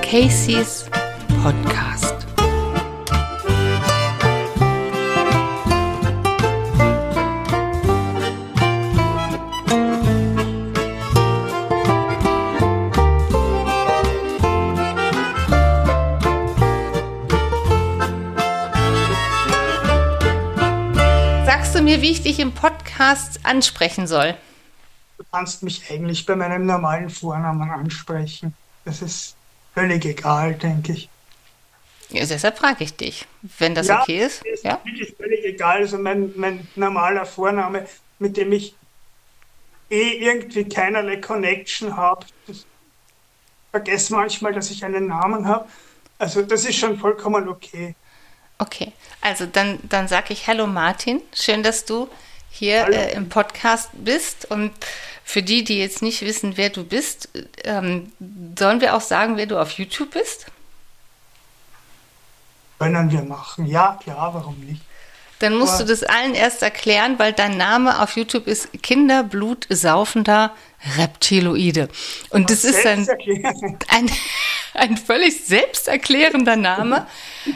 Casey's Podcast. Sagst du mir, wie ich dich im Podcast ansprechen soll? Du kannst mich eigentlich bei meinem normalen Vornamen ansprechen. Das ist völlig egal, denke ich. Ja, deshalb frage ich dich, wenn das Ja, okay ist. mir ist Ja? wirklich völlig egal. Also mein normaler Vorname, mit dem ich irgendwie keinerlei Connection habe. Ich vergesse manchmal, dass ich einen Namen habe. Also das ist schon vollkommen okay. Okay, also dann sage ich Hallo Martin, schön, dass du hier Hallo. im Podcast bist. Und für die, die jetzt nicht wissen, wer du bist, sollen wir auch sagen, wer du auf YouTube bist? Können wir machen. Ja, klar, warum nicht? Dann musst du Aber das allen erst erklären, weil dein Name auf YouTube ist Kinderblut-saufender Reptiloide. Und das was ist selbst erklären. ein, ein völlig selbsterklärender Name.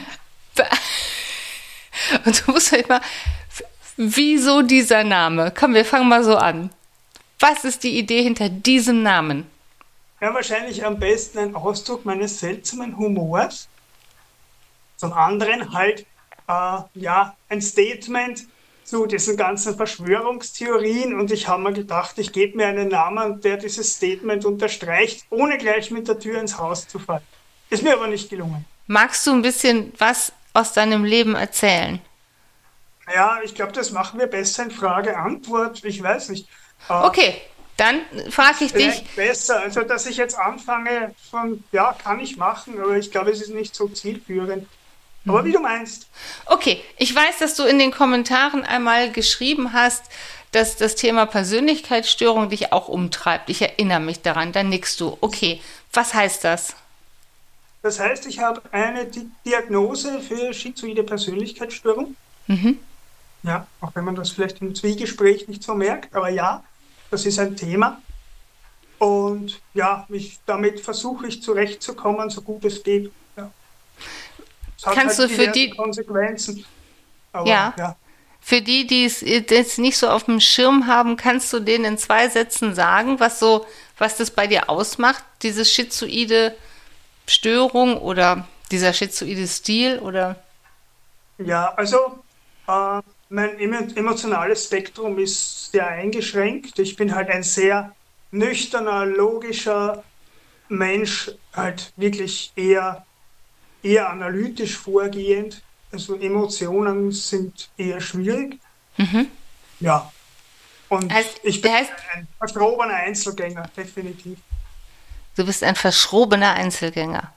Und du musst halt mal, wieso dieser Name? Komm, wir fangen mal so an. Was ist die Idee hinter diesem Namen? Ja, wahrscheinlich am besten ein Ausdruck meines seltsamen Humors. Zum anderen halt, ja, ein Statement zu diesen ganzen Verschwörungstheorien. Und ich habe mir gedacht, ich gebe mir einen Namen, der dieses Statement unterstreicht, ohne gleich mit der Tür ins Haus zu fallen. Ist mir aber nicht gelungen. Magst du ein bisschen was aus deinem Leben erzählen? Ja, ich glaube, das machen wir besser in Frage-Antwort. Ich weiß nicht. Äh, Okay, dann frage ich dich. Vielleicht besser. Also, dass ich jetzt anfange von, ja, kann ich machen, aber ich glaube, es ist nicht so zielführend. Aber wie du meinst. Okay, ich weiß, dass du in den Kommentaren einmal geschrieben hast, dass das Thema Persönlichkeitsstörung dich auch umtreibt. Ich erinnere mich daran, dann nickst du. Okay, was heißt das? Das heißt, ich habe eine Diagnose für schizoide Persönlichkeitsstörung. Mhm. Ja, auch wenn man das vielleicht im Zwiegespräch nicht so merkt, aber ja, das ist ein Thema. Und ja, damit versuche ich zurechtzukommen, so gut es geht. Ja. Es hat Kannst halt du für diverse die, Konsequenzen, aber ja, ja. für die, die es jetzt nicht so auf dem Schirm haben, kannst du denen in 2 Sätzen sagen, was das bei dir ausmacht, diese schizoide Störung oder dieser schizoide Stil oder? Ja, also mein emotionales Spektrum ist sehr eingeschränkt. Ich bin halt ein sehr nüchterner, logischer Mensch, halt wirklich eher analytisch vorgehend. Also Emotionen sind eher schwierig. Ja, und Heißt, ich bin heißt, ein verschrobener Einzelgänger, definitiv. du bist ein verschrobener Einzelgänger.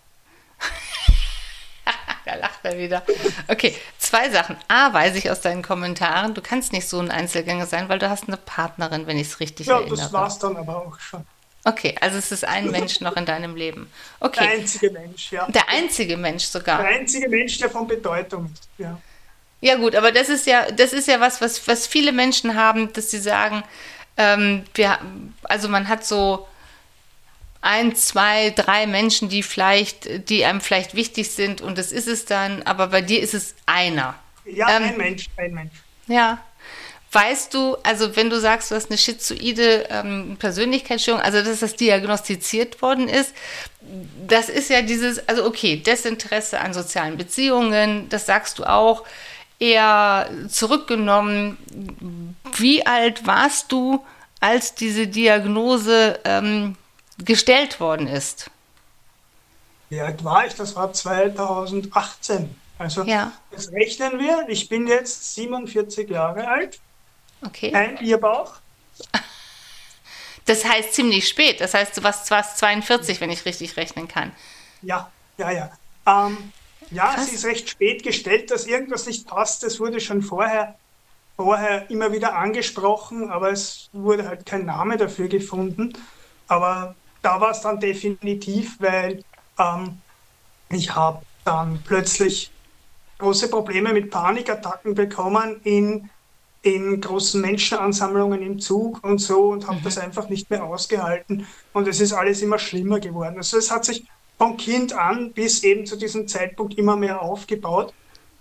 Da lacht er wieder. Okay, 2 Sachen. A, weiß ich aus deinen Kommentaren, du kannst nicht so ein Einzelgänger sein, weil du hast eine Partnerin, wenn ich es richtig Ja, das erinnere. war's dann aber auch schon. Okay, also es ist ein Mensch noch in deinem Leben. Der Okay, einzige Mensch, ja. der einzige Mensch Der sogar. einzige Mensch, der von Bedeutung ist, ja. Ja gut, aber das ist ja was viele Menschen haben, dass sie sagen, also man hat so 1, 2, 3 Menschen, die einem vielleicht wichtig sind und das ist es dann, aber bei dir ist es einer. Ja, Ähm, ein Mensch. ja. Weißt du, also wenn du sagst, du hast eine schizoide Persönlichkeitsstörung, also dass das diagnostiziert worden ist, das ist ja dieses, also okay, Desinteresse an sozialen Beziehungen, das sagst du auch, eher zurückgenommen. Wie alt warst du, als diese Diagnose gestellt worden ist? Wie alt war ich? Das war 2018. Also, Ja, jetzt rechnen wir. Ich bin jetzt 47 Jahre alt, okay. ein Bierbauch. Das heißt ziemlich spät. Das heißt, du warst 42, wenn ich richtig rechnen kann. Ja, ja, ja. Ja, sie Krass. ist recht spät gestellt, dass irgendwas nicht passt. Es wurde schon vorher immer wieder angesprochen, aber es wurde halt kein Name dafür gefunden. Aber da war es dann definitiv, weil ähm, ich habe dann plötzlich große Probleme mit Panikattacken bekommen in großen Menschenansammlungen im Zug und so und habe das einfach nicht mehr ausgehalten. Und es ist alles immer schlimmer geworden. Also es hat sich von Kind an bis eben zu diesem Zeitpunkt immer mehr aufgebaut.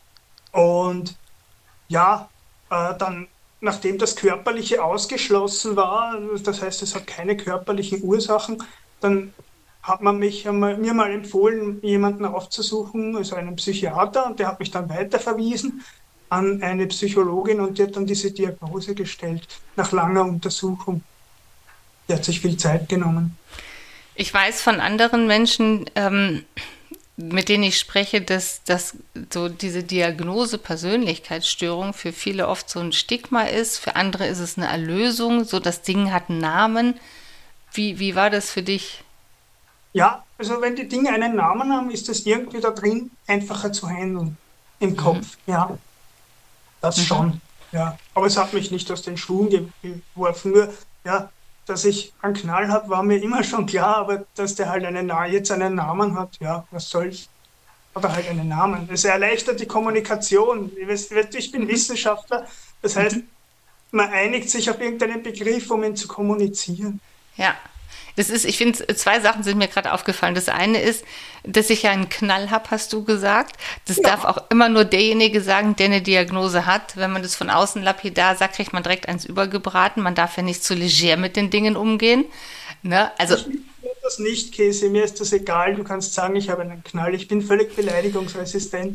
Und ja, dann, nachdem das Körperliche ausgeschlossen war, das heißt, es hat keine körperlichen Ursachen, dann hat man mir mal empfohlen, jemanden aufzusuchen, also einen Psychiater, und der hat mich dann weiterverwiesen an eine Psychologin und die hat dann diese Diagnose gestellt, nach langer Untersuchung. Die hat sich viel Zeit genommen. Ich weiß von anderen Menschen, mit denen ich spreche, dass so diese Diagnose Persönlichkeitsstörung für viele oft so ein Stigma ist, für andere ist es eine Erlösung, so das Ding hat einen Namen. Wie war das für dich? Ja, also wenn die Dinge einen Namen haben, ist es irgendwie da drin einfacher zu handeln im Kopf. Ja, das schon. Ja, aber es hat mich nicht aus den Schuhen geworfen. Nur, ja, dass ich einen Knall habe, war mir immer schon klar, aber dass der halt jetzt einen Namen hat, ja, was soll's? Hat er halt einen Namen. Es erleichtert die Kommunikation. Ich bin Wissenschaftler, das heißt, man einigt sich auf irgendeinen Begriff, um ihn zu kommunizieren. Ja, ich finde, zwei Sachen sind mir gerade aufgefallen. Das eine ist, dass ich ja einen Knall habe, hast du gesagt. Das darf Ja, auch immer nur derjenige sagen, der eine Diagnose hat. Wenn man das von außen lapidar sagt, kriegt man direkt eins übergebraten. Man darf ja nicht zu leger mit den Dingen umgehen. Ne? Also ich will das nicht, Käse, mir ist das egal. Du kannst sagen, ich habe einen Knall. Ich bin völlig beleidigungsresistent.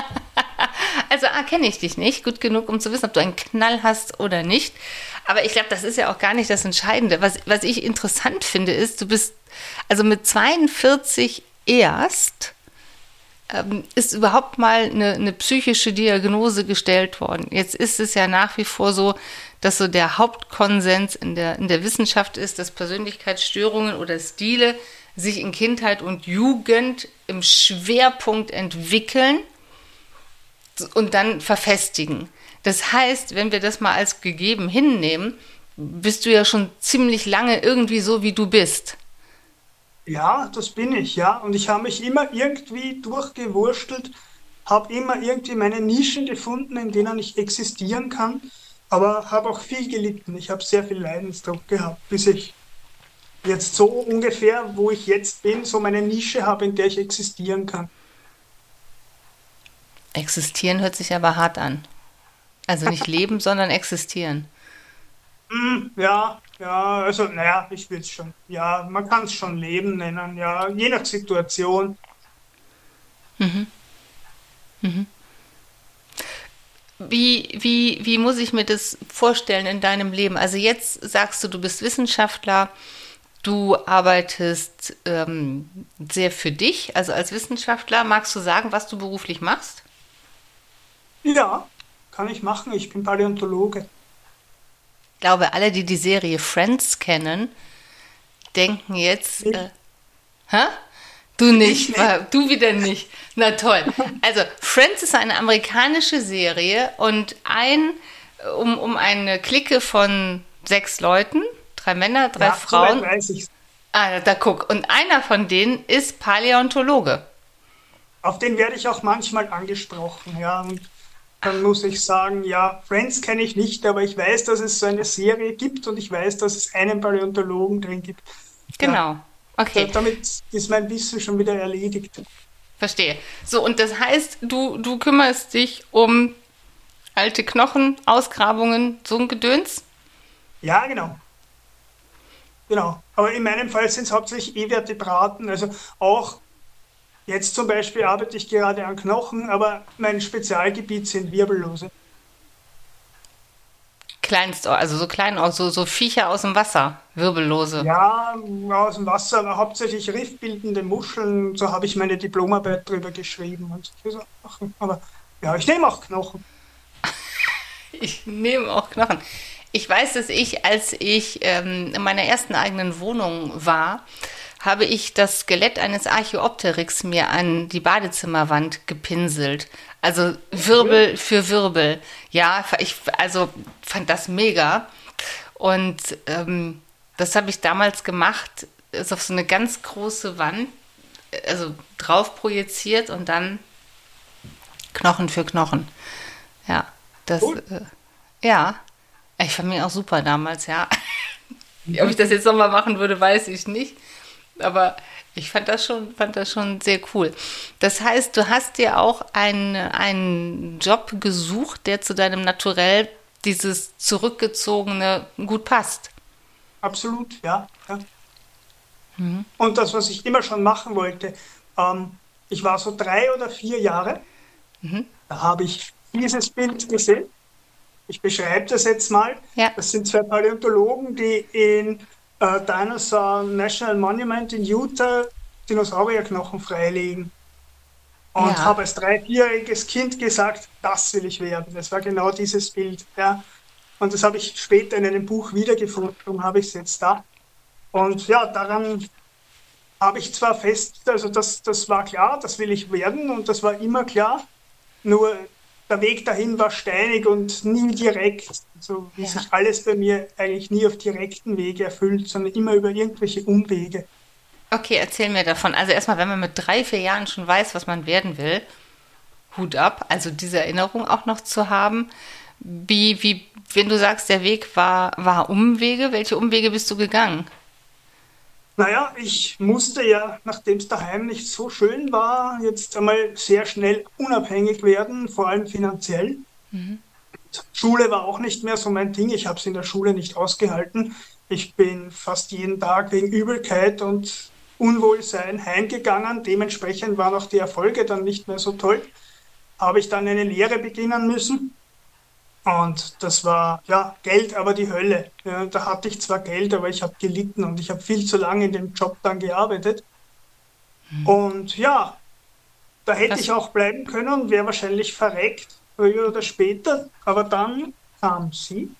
Also kenne ich dich nicht gut genug, um zu wissen, ob du einen Knall hast oder nicht. Aber ich glaube, das ist ja auch gar nicht das Entscheidende. Was ich interessant finde, ist, du bist also mit 42 erst ist überhaupt mal eine psychische Diagnose gestellt worden. Jetzt ist es ja nach wie vor so, dass so der Hauptkonsens in der Wissenschaft ist, dass Persönlichkeitsstörungen oder Stile sich in Kindheit und Jugend im Schwerpunkt entwickeln und dann verfestigen. Das heißt, wenn wir das mal als gegeben hinnehmen, bist du ja schon ziemlich lange irgendwie so, wie du bist. Ja, das bin ich, ja. Und ich habe mich immer irgendwie durchgewurstelt, habe immer irgendwie meine Nischen gefunden, in denen ich existieren kann, aber habe auch viel gelitten. Ich habe sehr viel Leidensdruck gehabt, bis ich jetzt so ungefähr, wo ich jetzt bin, so meine Nische habe, in der ich existieren kann. Existieren hört sich aber hart an. Also nicht leben, sondern existieren. Ja, ja, also naja, ich will es schon. Ja, man kann es schon Leben nennen, ja, je nach Situation. Wie muss ich mir das vorstellen in deinem Leben? Also jetzt sagst du, du bist Wissenschaftler, du arbeitest sehr für dich, also als Wissenschaftler. Magst du sagen, was du beruflich machst? Ja, kann ich machen. Ich bin Paläontologe. Ich glaube, alle, die die Serie Friends kennen, denken jetzt, Ich, hä? Du ich nicht, nicht. du wieder nicht. Na toll. Also, Friends ist eine amerikanische Serie und um eine Clique von 6 Leuten, 3 Männer, 3 Ja, soweit Frauen. weiß ich. Da guck. Und einer von denen ist Paläontologe. Auf den werde ich auch manchmal angesprochen, ja. Und dann muss ich sagen, ja, Friends kenne ich nicht, aber ich weiß, dass es so eine Serie gibt und ich weiß, dass es einen Paläontologen drin gibt. Ja, Genau. Okay, damit ist mein Wissen schon wieder erledigt. verstehe. So, und das heißt, du kümmerst dich um alte Knochen, Ausgrabungen, so ein Gedöns? Ja, genau. Genau. Aber in meinem Fall sind es hauptsächlich Vertebraten. Also auch jetzt zum Beispiel arbeite ich gerade an Knochen, aber mein Spezialgebiet sind Wirbellose. Also so klein, so Viecher aus dem Wasser, Wirbellose. Ja, aus dem Wasser, aber hauptsächlich riffbildende Muscheln. So habe ich meine Diplomarbeit drüber geschrieben und so Sachen. Aber ja, ich nehme auch Knochen. Ich nehme auch Knochen. Ich weiß, dass als ich in meiner ersten eigenen Wohnung war, habe ich das Skelett eines Archaeopteryx mir an die Badezimmerwand gepinselt. Also Cool. Wirbel für Wirbel. Ja, ich also fand das mega. Und das habe ich damals gemacht, ist auf so eine ganz große Wand, also drauf projiziert und dann Knochen für Knochen. Ja, Cool. ja, ich fand mich auch super damals, ja. Ob ich das jetzt nochmal machen würde, weiß ich nicht. Aber Ich fand das schon sehr cool. Das heißt, du hast dir auch einen Job gesucht, der zu deinem Naturell, dieses Zurückgezogene, gut passt. Absolut, ja. Ja. Und das, was ich immer schon machen wollte, ähm, ich war so 3 oder 4 Jahre, da habe ich dieses Bild gesehen. Ich beschreibe das jetzt mal. Ja, Das sind zwei Paläontologen, die in Dinosaur National Monument in Utah Dinosaurierknochen freilegen. Und ja. habe als 3-, 4-jähriges Kind gesagt, das will ich werden. Das war genau dieses Bild. Ja. Und das habe ich später in einem Buch wiedergefunden, darum habe ich es jetzt da. Und ja, daran habe ich zwar fest, also das war klar, das will ich werden und das war immer klar, nur der Weg dahin war steinig und nie direkt, so wie Ja. sich alles bei mir eigentlich nie auf direkten Wege erfüllt, sondern immer über irgendwelche Umwege. Okay, erzähl mir davon. Also erstmal, wenn man mit 3, 4 Jahren schon weiß, was man werden will, Hut ab. Also diese Erinnerung auch noch zu haben. Wenn du sagst, der Weg war Umwege, welche Umwege bist du gegangen? Naja, ich musste ja, nachdem es daheim nicht so schön war, jetzt einmal sehr schnell unabhängig werden, vor allem finanziell. Schule war auch nicht mehr so mein Ding. Ich habe es in der Schule nicht ausgehalten. Ich bin fast jeden Tag wegen Übelkeit und Unwohlsein heimgegangen. Dementsprechend waren auch die Erfolge dann nicht mehr so toll. Habe ich dann eine Lehre beginnen müssen. Und das war, ja, Geld, aber die Hölle. Ja, da hatte ich zwar Geld, aber ich habe gelitten und ich habe viel zu lange in dem Job dann gearbeitet. Und ja, da hätte ich Was? auch bleiben können und wäre wahrscheinlich verreckt, früher oder später. Aber dann kam sie,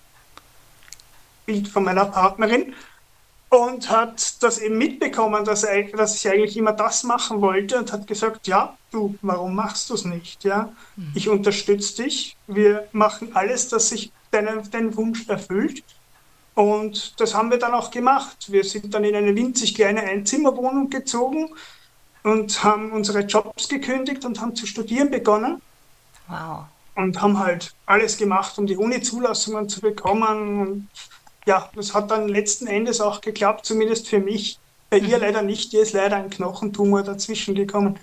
Bild von meiner Partnerin, und hat das eben mitbekommen, dass ich eigentlich immer das machen wollte und hat gesagt, ja, du, warum machst du es nicht? Ja, ich unterstütze dich. Wir machen alles, dass sich dein Wunsch erfüllt. Und das haben wir dann auch gemacht. Wir sind dann in eine winzig kleine Einzimmerwohnung gezogen und haben unsere Jobs gekündigt und haben zu studieren begonnen Wow. und haben halt alles gemacht, um die Uni-Zulassungen zu bekommen. Und ja, das hat dann letzten Endes auch geklappt, zumindest für mich. Bei ihr leider nicht, ihr ist leider ein Knochentumor dazwischen gekommen.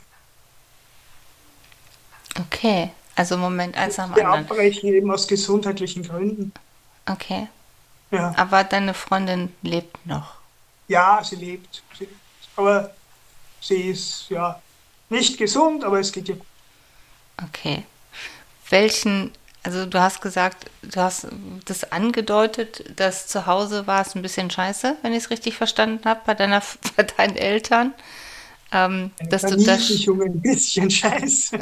Okay. Also Moment, eins nach dem Wir anderen. abbrechen eben aus gesundheitlichen Gründen. Okay. Ja, Aber deine Freundin lebt noch. ja, sie lebt. Aber sie ist ja nicht gesund, aber es geht ihr gut. Okay. Also du hast gesagt, du hast das angedeutet, dass zu Hause war es ein bisschen scheiße, wenn ich es richtig verstanden habe, bei deinen Eltern. Eine Dass du das, Verniedlichung ein bisschen scheiße.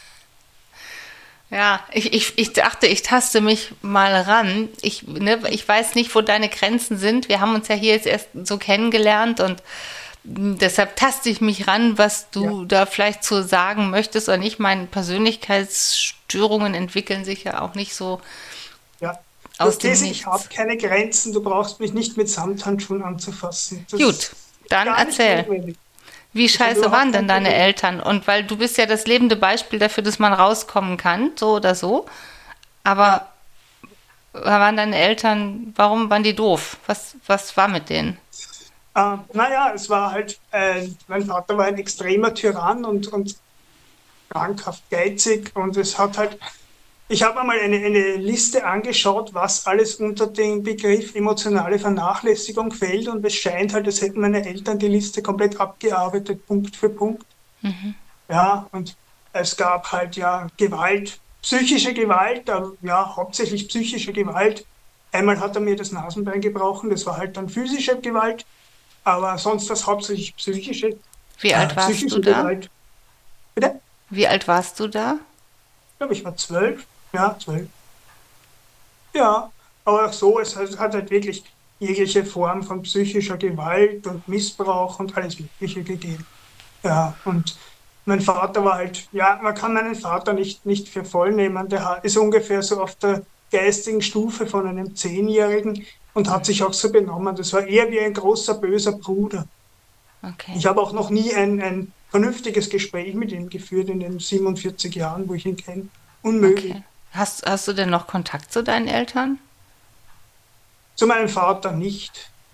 ja, ich dachte, ich taste mich mal ran. Ich weiß nicht, wo deine Grenzen sind. Wir haben uns ja hier jetzt erst so kennengelernt und deshalb taste ich mich ran, was Ja, du da vielleicht zu sagen möchtest oder nicht. Meine Persönlichkeitsstörungen entwickeln sich ja auch nicht so ja. aus Das dem Käse, ich habe Nichts. keine Grenzen, du brauchst mich nicht mit Samthandschuhen anzufassen. Das Gut, ist dann gar nicht erzähl. notwendig. Wie Ich habe scheiße überhaupt waren denn kein deine Problem. Eltern? Und weil du bist ja das lebende Beispiel dafür, dass man rauskommen kann, so oder so. Aber Ja, waren deine Eltern, warum waren die doof? Was war mit denen? naja, es war halt, mein Vater war ein extremer Tyrann und krankhaft geizig und es hat halt, ich habe einmal eine Liste angeschaut, was alles unter den Begriff emotionale Vernachlässigung fällt und es scheint halt, als hätten meine Eltern die Liste komplett abgearbeitet, Punkt für Punkt. Ja, und es gab halt ja Gewalt, psychische Gewalt, ja, hauptsächlich psychische Gewalt. Einmal hat er mir das Nasenbein gebrochen, das war halt dann physische Gewalt, aber sonst das hauptsächlich Wie alt warst du psychische da? Gewalt. Bitte? Wie alt warst du da? Ich glaube, ich war 12. Ja, 12. Ja, aber auch so, es hat halt wirklich jegliche Form von psychischer Gewalt und Missbrauch und alles Mögliche gegeben. Ja, und mein Vater war halt, ja, man kann meinen Vater nicht für voll nehmen. Ist ungefähr so auf der geistigen Stufe von einem Zehnjährigen und hat sich auch so benommen. Das war eher wie ein großer böser Bruder. Okay, Ich habe auch noch nie ein vernünftiges Gespräch mit ihm geführt in den 47 Jahren, wo ich ihn kenne. okay. Unmöglich. Hast du denn noch Kontakt zu deinen Eltern? Zu meinem Vater nicht.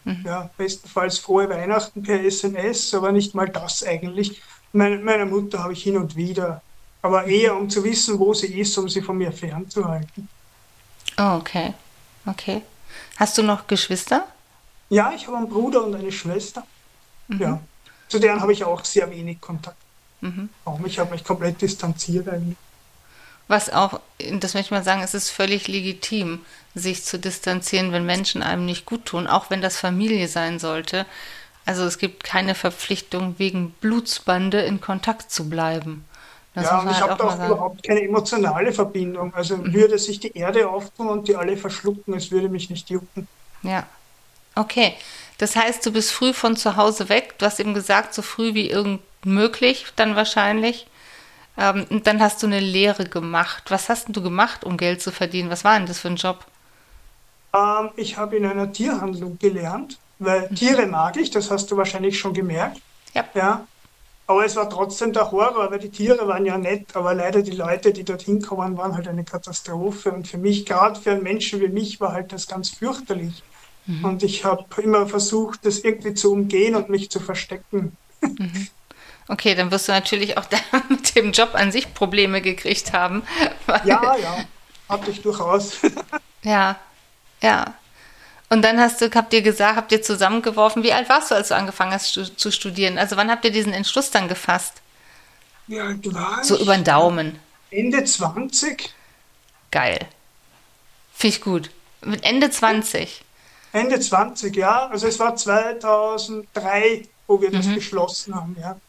Ja, bestenfalls frohe Weihnachten per SMS, aber nicht mal das eigentlich. Meiner Mutter habe ich hin und wieder, aber eher um zu wissen, wo sie ist, um sie von mir fernzuhalten. Oh, okay. Okay. Hast du noch Geschwister? Ja, ich habe einen Bruder und eine Schwester. Ja, zu deren habe ich auch sehr wenig Kontakt. Ich habe mich komplett distanziert eigentlich. Was auch, das möchte ich mal sagen, es ist völlig legitim, sich zu distanzieren, wenn Menschen einem nicht gut tun, auch wenn das Familie sein sollte. Also es gibt keine Verpflichtung, wegen Blutsbande in Kontakt zu bleiben. Das Ja, muss und man ich halt habe auch da mal auch sagen. überhaupt keine emotionale Verbindung. Also würde sich die Erde auftun und die alle verschlucken, es würde mich nicht jucken. Ja, okay. Das heißt, du bist früh von zu Hause weg. Du hast eben gesagt, so früh wie irgend möglich, dann wahrscheinlich. Und dann hast du eine Lehre gemacht. Was hast denn du gemacht, um Geld zu verdienen? Was war denn das für ein Job? Ich habe in einer Tierhandlung gelernt, weil Tiere mag ich, das hast du wahrscheinlich schon gemerkt. Ja. Ja, aber es war trotzdem der Horror, weil die Tiere waren ja nett, aber leider die Leute, die dorthin kommen, waren halt eine Katastrophe. Und für mich, gerade für einen Menschen wie mich, war halt das ganz fürchterlich. Und ich habe immer versucht, das irgendwie zu umgehen und mich zu verstecken. Okay, dann wirst du natürlich auch da mit dem Job an sich Probleme gekriegt haben. Weil, Ja, ja, hatte ich durchaus. ja, ja. Und dann habt ihr gesagt, habt ihr zusammengeworfen, wie alt warst du, als du angefangen hast zu studieren? Also wann habt ihr diesen Entschluss dann gefasst? Wie alt war So über den ich? Daumen. Ende 20? Geil. Finde ich gut. Mit Ende 20. Ende 20, ja. Also es war 2003, wo wir das beschlossen haben, ja.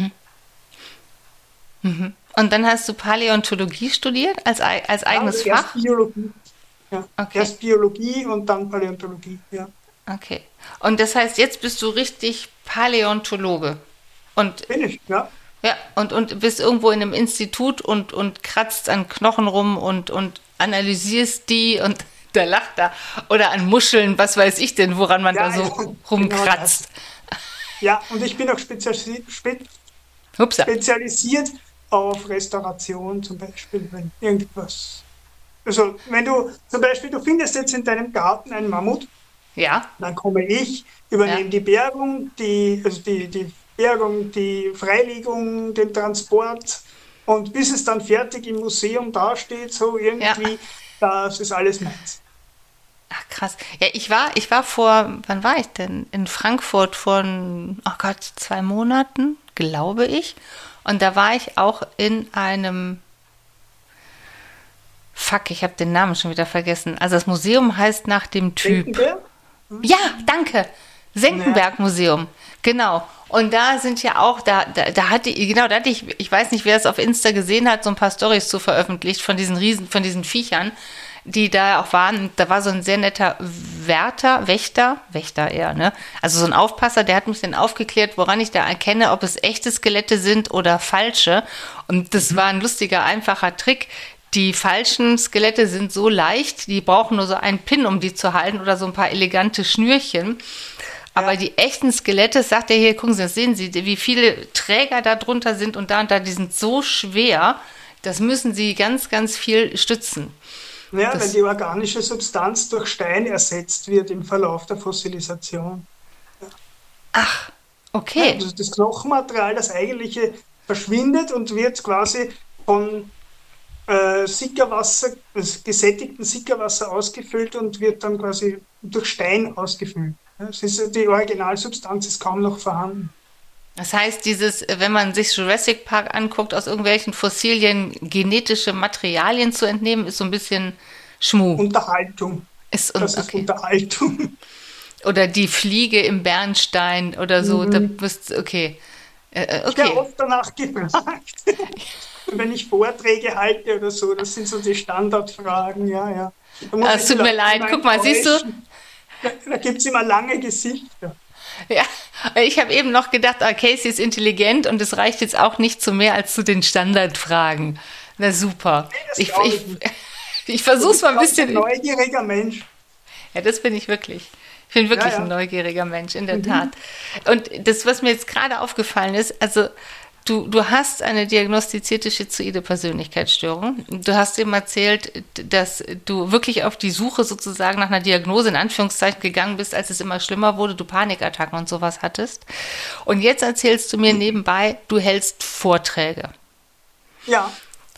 Und dann hast du Paläontologie studiert als Ja, eigenes also erst Fach? Biologie. Ja. Okay, Erst Biologie und dann Paläontologie, ja. okay. Und das heißt, jetzt bist du richtig Paläontologe. Und Bin ich, ja. ja, und bist irgendwo in einem Institut und kratzt an Knochen rum und analysierst die und da lacht er. Oder an Muscheln, was weiß ich denn, woran man da Ja, so ja, genau das. rumkratzt. Ja, und ich bin auch Hupsa. spezialisiert auf Restauration zum Beispiel, wenn irgendwas. Also wenn du zum Beispiel, du findest jetzt in deinem Garten einen Mammut, Ja, dann komme ich, ja, übernehme die Bergung, die Bergung, die Freilegung, den Transport und bis es dann fertig im Museum dasteht, so ja. irgendwie, das ist alles meins. Ach, krass. Ja, ich war wann war ich denn? In Frankfurt vor, oh Gott, 2 Monaten, glaube ich. Und da war ich auch in einem, fuck, ich habe den Namen schon wieder vergessen. Also das Museum heißt nach dem Denken Typ. wir? Ja, danke. Ja, Senckenberg-Museum. Genau. Und da sind ja auch, da hatte ich weiß nicht, wer es auf Insta gesehen hat, so ein paar Storys zu veröffentlicht von diesen Viechern, die da auch waren. Da war so ein sehr netter Wächter eher, ne? Also so ein Aufpasser, der hat mich dann aufgeklärt, woran ich da erkenne, ob es echte Skelette sind oder falsche. Und das war ein lustiger, einfacher Trick. Die falschen Skelette sind so leicht, die brauchen nur so einen Pin, um die zu halten oder so ein paar elegante Schnürchen. Aber ja, die echten Skelette, sagt er hier, gucken Sie, das sehen Sie, wie viele Träger da drunter sind und da, die sind so schwer, das müssen Sie ganz, ganz viel stützen. ja, wenn Das, die organische Substanz durch Stein ersetzt wird im Verlauf der Fossilisation. ach, Ja, okay. das Knochenmaterial, das eigentliche, verschwindet und wird quasi von Sickerwasser, gesättigten Sickerwasser ausgefüllt und wird dann quasi durch Stein ausgefüllt. Ja, die Originalsubstanz ist kaum noch vorhanden. Das heißt, wenn man sich Jurassic Park anguckt, aus irgendwelchen Fossilien genetische Materialien zu entnehmen, ist so ein bisschen Schmuh. Unterhaltung. Das ist Okay. Unterhaltung. Oder die Fliege im Bernstein oder so, Mhm. okay. Ich werde Okay. oft danach gefragt, wenn ich Vorträge halte oder so. Das sind so die Standardfragen, ja, ja. Da muss ich Es die tut mir Leute leid. immer Guck mal, siehst du? enttäuschen. Da gibt es immer lange Gesichter. Ja, ich habe eben noch gedacht, Casey ist intelligent und es reicht jetzt auch nicht zu mehr als zu den Standardfragen. Na super. Nee, das Ich, glaube ich, ich nicht. ich Du versuche es bist mal ein ganz ein bisschen. neugieriger Mensch. Ja, das bin ich wirklich. Ich bin Ja, wirklich ein ja. neugieriger Mensch, in der Tat. Mhm. Und das, was mir jetzt gerade aufgefallen ist, also Du hast eine diagnostizierte schizoide Persönlichkeitsstörung. Du hast eben erzählt, dass du wirklich auf die Suche sozusagen nach einer Diagnose in Anführungszeichen gegangen bist, als es immer schlimmer wurde, du Panikattacken und sowas hattest. Und jetzt erzählst du mir nebenbei, du hältst Vorträge. Ja,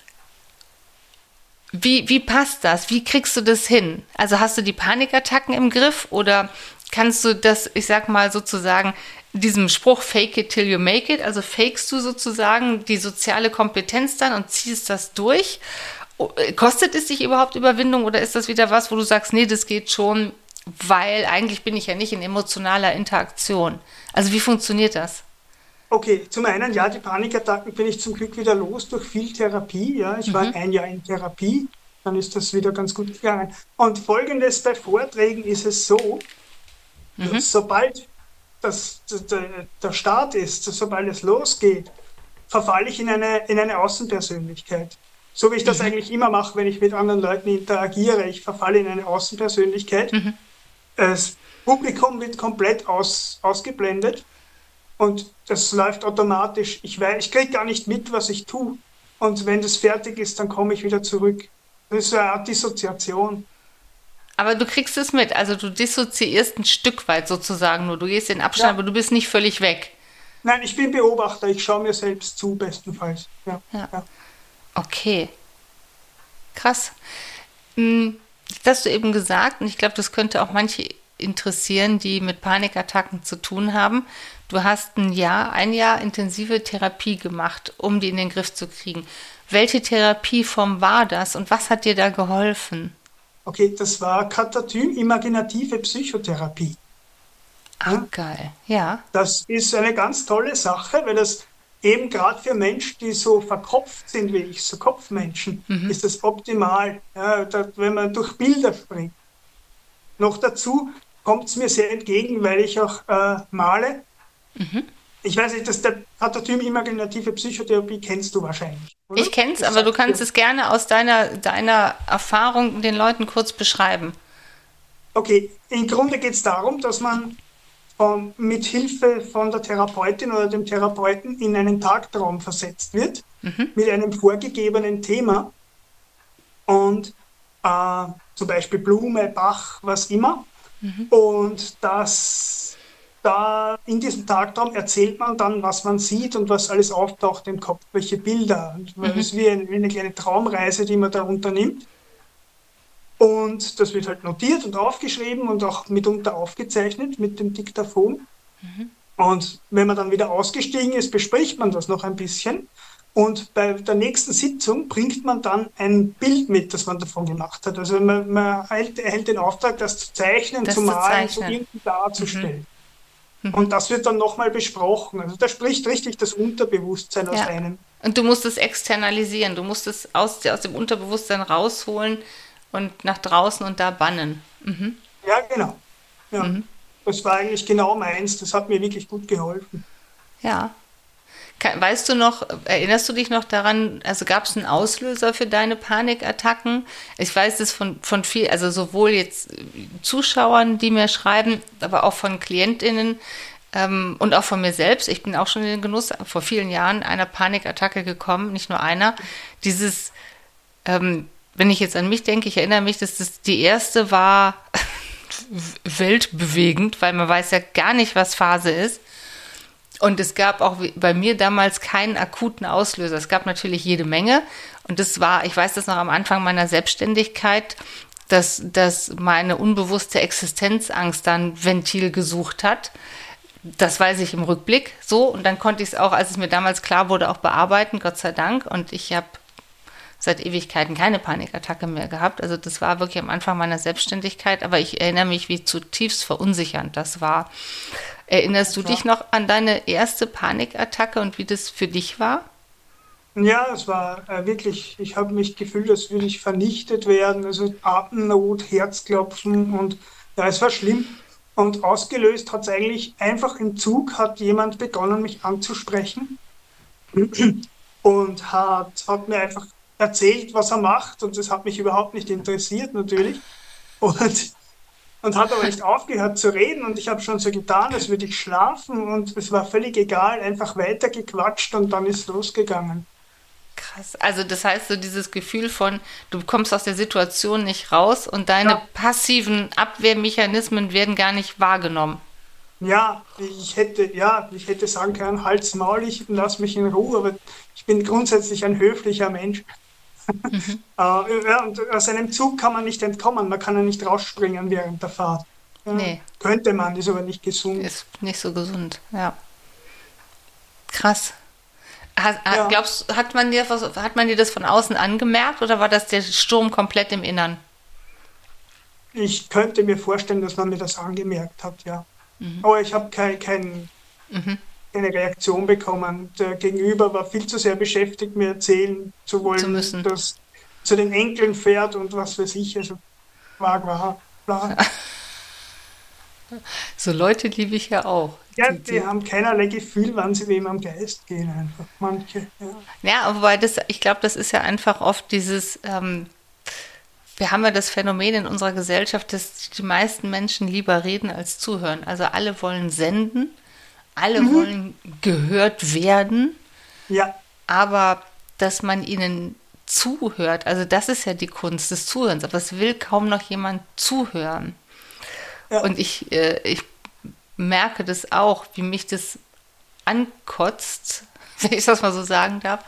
Wie passt das? Wie kriegst du das hin? Also hast du die Panikattacken im Griff oder kannst du das, ich sag mal sozusagen, diesem Spruch fake it till you make it, also fakest du sozusagen die soziale Kompetenz dann und ziehst das durch? Kostet es dich überhaupt Überwindung oder ist das wieder was, wo du sagst, nee, das geht schon, weil eigentlich bin ich ja nicht in emotionaler Interaktion. Also wie funktioniert das? okay. Zum einen, ja, die Panikattacken bin ich zum Glück wieder los durch viel Therapie. Ja, ich war ein Jahr in Therapie, dann ist das wieder ganz gut gegangen. Und folgendes bei Vorträgen ist es so, sobald der Start ist, sobald es losgeht, verfalle ich in eine Außenpersönlichkeit. So wie ich das eigentlich immer mache, wenn ich mit anderen Leuten interagiere. Ich verfalle in eine Außenpersönlichkeit. Das Publikum wird komplett ausgeblendet und das läuft automatisch. Ich kriege gar nicht mit, was ich tue. Und wenn das fertig ist, dann komme ich wieder zurück. Das ist so eine Art Dissoziation. Aber du kriegst es mit, also du dissoziierst ein Stück weit sozusagen nur. Du gehst in Abstand, Ja, aber du bist nicht völlig weg. nein, ich bin Beobachter. Ich schaue mir selbst zu, bestenfalls. Ja, Ja, ja. okay, krass. Hm, Das hast du eben gesagt, und ich glaube, das könnte auch manche interessieren, die mit Panikattacken zu tun haben. Du hast ein Jahr intensive Therapie gemacht, um die in den Griff zu kriegen. Welche Therapieform war das und was hat dir da geholfen? Okay, das war Katatem-imaginative Psychotherapie. Ach, Ja? geil. Ja. Das ist eine ganz tolle Sache, weil das eben gerade für Menschen, die so verkopft sind wie ich, so Kopfmenschen, ist das optimal, ja, wenn man durch Bilder springt. Noch dazu kommt es mir sehr entgegen, weil ich auch male. Ich weiß nicht, dass der Katatem imaginative Psychotherapie kennst du wahrscheinlich, oder? Ich kenn's, Das aber du sagt kannst dir. es gerne aus deiner Erfahrung den Leuten kurz beschreiben. Okay, im Grunde geht es darum, dass man mit Hilfe von der Therapeutin oder dem Therapeuten in einen Tagtraum versetzt wird, mit einem vorgegebenen Thema und zum Beispiel Blume, Bach, was immer. Und da in diesem Tagtraum erzählt man dann, was man sieht und was alles auftaucht im Kopf, welche Bilder. Und es ist wie eine kleine Traumreise, die man da unternimmt. Und das wird halt notiert und aufgeschrieben und auch mitunter aufgezeichnet mit dem Diktaphon. Und wenn man dann wieder ausgestiegen ist, bespricht man das noch ein bisschen. Und bei der nächsten Sitzung bringt man dann ein Bild mit, das man davon gemacht hat. Also man erhält den Auftrag, das zu zeichnen, zu Das zu malen, so zeichnen. irgendwie darzustellen. Und das wird dann nochmal besprochen. Also da spricht richtig das Unterbewusstsein aus Ja. einem. Und du musst es externalisieren. Du musst es aus dem Unterbewusstsein rausholen und nach draußen und da bannen. Ja, genau. Ja. Das war eigentlich genau meins. Das hat mir wirklich gut geholfen. Ja. Weißt du noch, erinnerst du dich noch daran, also gab es einen Auslöser für deine Panikattacken? Ich weiß es von viel, also sowohl jetzt Zuschauern, die mir schreiben, aber auch von KlientInnen und auch von mir selbst. Ich bin auch schon in den Genuss vor vielen Jahren einer Panikattacke gekommen, nicht nur einer. Dieses, wenn ich jetzt an mich denke, ich erinnere mich, dass das die erste war weltbewegend, weil man weiß ja gar nicht, was Phase ist. Und es gab auch bei mir damals keinen akuten Auslöser. Es gab natürlich jede Menge. Und das war, ich weiß das noch am Anfang meiner Selbstständigkeit, dass meine unbewusste Existenzangst dann Ventil gesucht hat. Das weiß ich im Rückblick so. Und dann konnte ich es auch, als es mir damals klar wurde, auch bearbeiten, Gott sei Dank. Und ich habe seit Ewigkeiten keine Panikattacke mehr gehabt. Also das war wirklich am Anfang meiner Selbstständigkeit. Aber ich erinnere mich, wie zutiefst verunsichernd das war. Erinnerst du dich noch an deine erste Panikattacke und wie das für dich war? Ja, es war wirklich, ich habe mich gefühlt, als würde ich vernichtet werden, also Atemnot, Herzklopfen und ja, es war schlimm. Und ausgelöst hat es eigentlich einfach im Zug, hat jemand begonnen, mich anzusprechen und hat mir einfach erzählt, was er macht und das hat mich überhaupt nicht interessiert natürlich. Und und hat aber nicht aufgehört zu reden und ich habe schon so getan, als würde ich schlafen und es war völlig egal, einfach weitergequatscht und dann ist losgegangen. Krass. Also das heißt so dieses Gefühl von, du kommst aus der Situation nicht raus und deine Ja, passiven Abwehrmechanismen werden gar nicht wahrgenommen. ich hätte sagen können, halt's Maul, ich lass mich in Ruhe, aber ich bin grundsätzlich ein höflicher Mensch. Ja, und aus einem Zug kann man nicht entkommen, man kann ja nicht rausspringen während der Fahrt. Ja, Nee, könnte man, ist aber nicht gesund. ist nicht so gesund. Ja. Krass. Ja, Glaubst, hat man dir das von außen angemerkt oder war das der Sturm komplett im Innern? ich könnte mir vorstellen, dass man mir das angemerkt hat, ja. Aber ich habe keine Reaktion bekommen. Der Gegenüber war viel zu sehr beschäftigt, mir erzählen zu Zu wollen, müssen. dass zu den Enkeln fährt und was weiß ich. Also war, bla. So Leute liebe ich ja auch. Ja, die haben keinerlei Gefühl, wann sie wem am Geist gehen, einfach. Manche, ja. Ja, wobei das, ich glaube, das ist ja einfach oft dieses, wir haben ja das Phänomen in unserer Gesellschaft, dass die meisten Menschen lieber reden als zuhören. Also alle wollen senden, alle Mhm. wollen gehört werden, Ja, aber dass man ihnen zuhört, also das ist ja die Kunst des Zuhörens, aber es will kaum noch jemand zuhören. ja, Und ich merke das auch, wie mich das ankotzt, wenn ich das mal so sagen darf,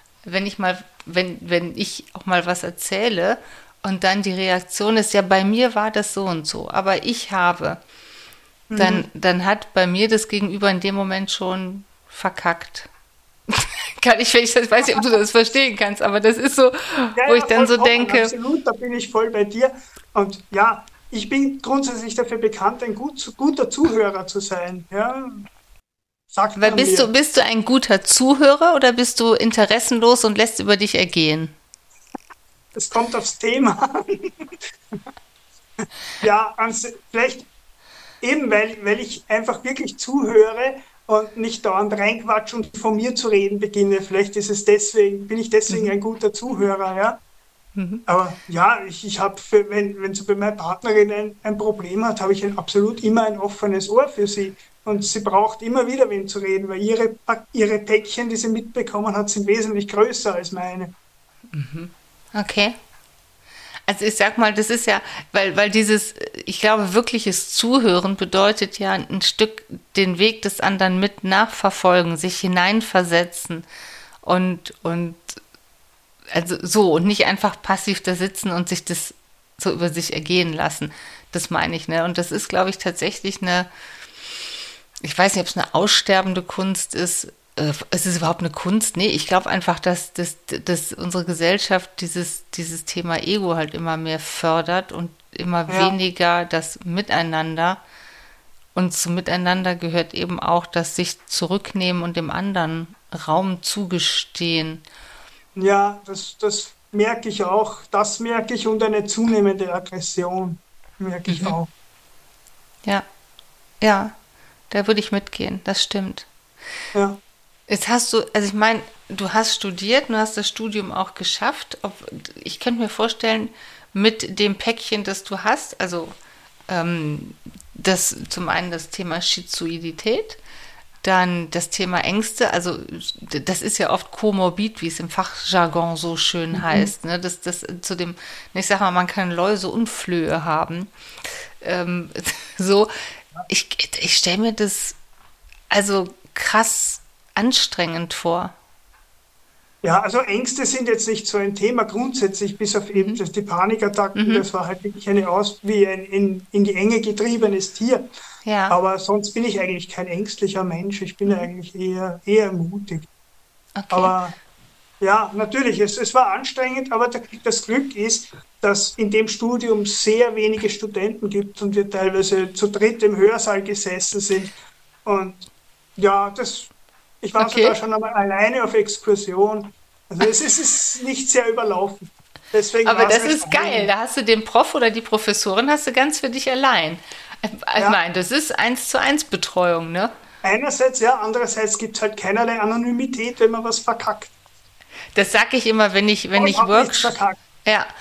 wenn ich auch mal was erzähle und dann die Reaktion ist, ja, bei mir war das so und so, aber ich habe, mhm. dann hat bei mir das Gegenüber in dem Moment schon verkackt. Kann ich, wenn ich das, weiß nicht, ob du das verstehen kannst, aber das ist so, Ja, wo ich ja, dann so vollkommen, denke, absolut, da bin ich voll bei dir. Und ja, ich bin grundsätzlich dafür bekannt, ein guter Zuhörer zu sein. Ja, sagt weil man mir. bist du ein guter Zuhörer oder bist du interessenlos und lässt über dich ergehen? Es kommt aufs Thema an. Ja, vielleicht eben, weil ich einfach wirklich zuhöre und nicht dauernd reinquatsch und von mir zu reden beginne. Vielleicht ist es deswegen, bin ich deswegen ein guter Zuhörer, ja. Aber ja, ich habe, wenn sie bei meiner Partnerin ein Problem hat, habe ich absolut immer ein offenes Ohr für sie. Und sie braucht immer wieder wen zu reden, weil ihre Päckchen, die sie mitbekommen hat, sind wesentlich größer als meine. Okay. Also ich sag mal, das ist ja, weil dieses, ich glaube, wirkliches Zuhören bedeutet ja ein Stück den Weg des anderen mit nachverfolgen, sich hineinversetzen und also so und nicht einfach passiv da sitzen und sich das so über sich ergehen lassen. Das meine ich, ne? Und das ist, glaube ich, tatsächlich eine, ich weiß nicht, ob es eine aussterbende Kunst ist. Ist es überhaupt eine Kunst? Nee, ich glaube einfach, dass unsere Gesellschaft dieses Thema Ego halt immer mehr fördert und immer Ja, weniger das Miteinander. Und zum Miteinander gehört eben auch das sich zurücknehmen und dem anderen Raum zugestehen. ja, das merke ich auch. Das merke ich und eine zunehmende Aggression merke ich auch. Ja, ja, da würde ich mitgehen, das stimmt. Ja, Jetzt hast du, also ich meine, du hast studiert, du hast das Studium auch geschafft. Ich könnte mir vorstellen, mit dem Päckchen, das du hast, also das zum einen das Thema Schizoidität, dann das Thema Ängste, also das ist ja oft komorbid, wie es im Fachjargon so schön mhm. heißt, ne? Das zu dem, ich sag mal, man kann Läuse und Flöhe haben. Ähm, so, ich stelle mir das also krass anstrengend vor. Ja, also Ängste sind jetzt nicht so ein Thema grundsätzlich, bis auf eben die Panikattacken. Das war halt wirklich wie ein in die Enge getriebenes Tier. Ja, Aber sonst bin ich eigentlich kein ängstlicher Mensch. Ich bin eigentlich eher mutig. okay. Aber ja, natürlich, es war anstrengend, aber das Glück ist, dass in dem Studium sehr wenige Studenten gibt und wir teilweise zu dritt im Hörsaal gesessen sind. Und ja, ich war sogar Okay. schon einmal alleine auf Exkursion. Also es ist nicht sehr überlaufen. Deswegen Aber war es das recht ist geil. angenehm. Da hast du den Prof oder die Professorin hast du ganz für dich allein. Ich Ja, meine, das ist 1:1 Betreuung, ne? einerseits ja, andererseits gibt es halt keinerlei Anonymität, wenn man was verkackt. Das sage ich immer, wenn Und ich habe nichts Workshops, verkackt. ja,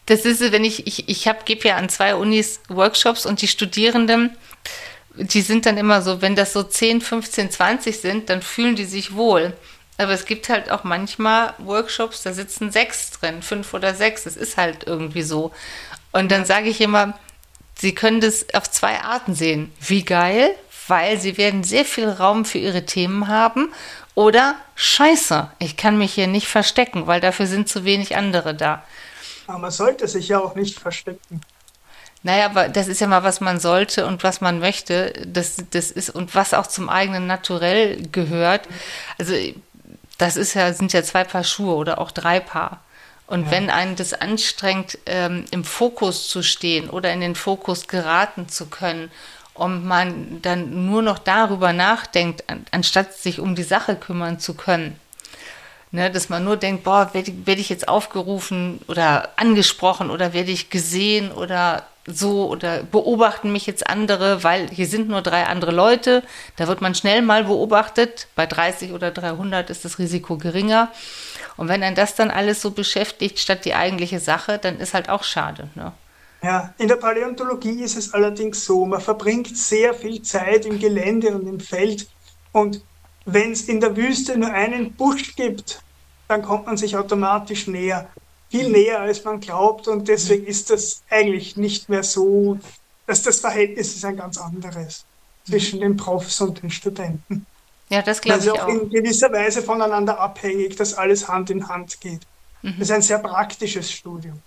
Das ist, wenn ich gebe ja an 2 Unis Workshops und die Studierenden, die sind dann immer so, wenn das so 10, 15, 20 sind, dann fühlen die sich wohl. Aber es gibt halt auch manchmal Workshops, da sitzen 6 drin, 5 oder 6. Es ist halt irgendwie so. Und dann sage ich immer, sie können das auf 2 Arten sehen. Wie geil, weil sie werden sehr viel Raum für ihre Themen haben. Oder scheiße, ich kann mich hier nicht verstecken, weil dafür sind zu wenig andere da. Aber man sollte sich ja auch nicht verstecken. Naja, aber das ist ja mal, was man sollte und was man möchte. Das ist, und was auch zum eigenen Naturell gehört. Also, das ist ja, sind ja 2 Paar Schuhe oder auch 3 Paar. Und Ja. wenn einen das anstrengt, im Fokus zu stehen oder in den Fokus geraten zu können und man dann nur noch darüber nachdenkt, anstatt sich um die Sache kümmern zu können, ne, dass man nur denkt, boah, werd ich jetzt aufgerufen oder angesprochen oder werde ich gesehen oder so oder beobachten mich jetzt andere, weil hier sind nur 3 andere Leute. Da wird man schnell mal beobachtet. Bei 30 oder 300 ist das Risiko geringer. Und wenn einen das dann alles so beschäftigt, statt die eigentliche Sache, dann ist halt auch schade. Ne? Ja, in der Paläontologie ist es allerdings so, man verbringt sehr viel Zeit im Gelände und im Feld. Und wenn es in der Wüste nur einen Busch gibt, dann kommt man sich automatisch näher. Viel näher, als man glaubt. Und deswegen ist das eigentlich nicht mehr so, dass das Verhältnis ist ein ganz anderes zwischen den Profs und den Studenten. Ja, das Weil glaube sie ich auch auch. in gewisser Weise voneinander abhängig, dass alles Hand in Hand geht. Das ist ein sehr praktisches Studium.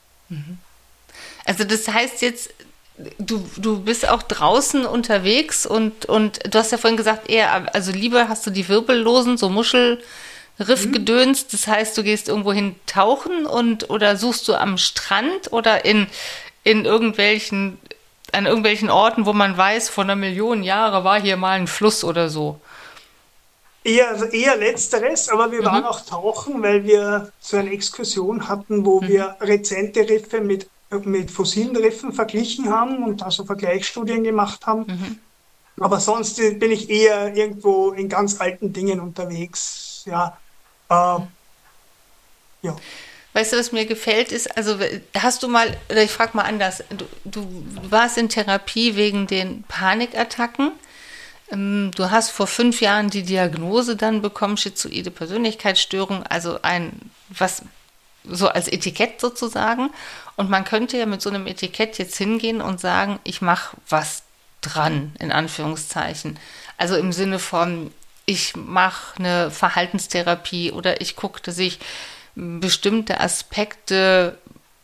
Also das heißt jetzt, du bist auch draußen unterwegs und du hast ja vorhin gesagt, eher, also lieber hast du die Wirbellosen, so Mhm. Muschelriffgedöns, das heißt, du gehst irgendwo hin tauchen und oder suchst du am Strand oder in irgendwelchen, an irgendwelchen Orten, wo man weiß, vor 1 Million Jahre war hier mal ein Fluss oder so. Eher letzteres, aber wir waren Mhm. auch tauchen, weil wir so eine Exkursion hatten, wo Mhm. wir rezente Riffe mit fossilen Riffen verglichen haben und da so Vergleichsstudien gemacht haben. Mhm. Aber sonst bin ich eher irgendwo in ganz alten Dingen unterwegs. Ja, äh, ja. Weißt du, was mir gefällt ist, also hast du mal, oder ich frage mal anders, du warst in Therapie wegen den Panikattacken. Du hast vor 5 Jahren die Diagnose dann bekommen, schizoide Persönlichkeitsstörung, also was so als Etikett sozusagen. Und man könnte ja mit so einem Etikett jetzt hingehen und sagen, ich mache was dran, in Anführungszeichen. Also im Sinne von, ich mache eine Verhaltenstherapie oder ich gucke, dass ich bestimmte Aspekte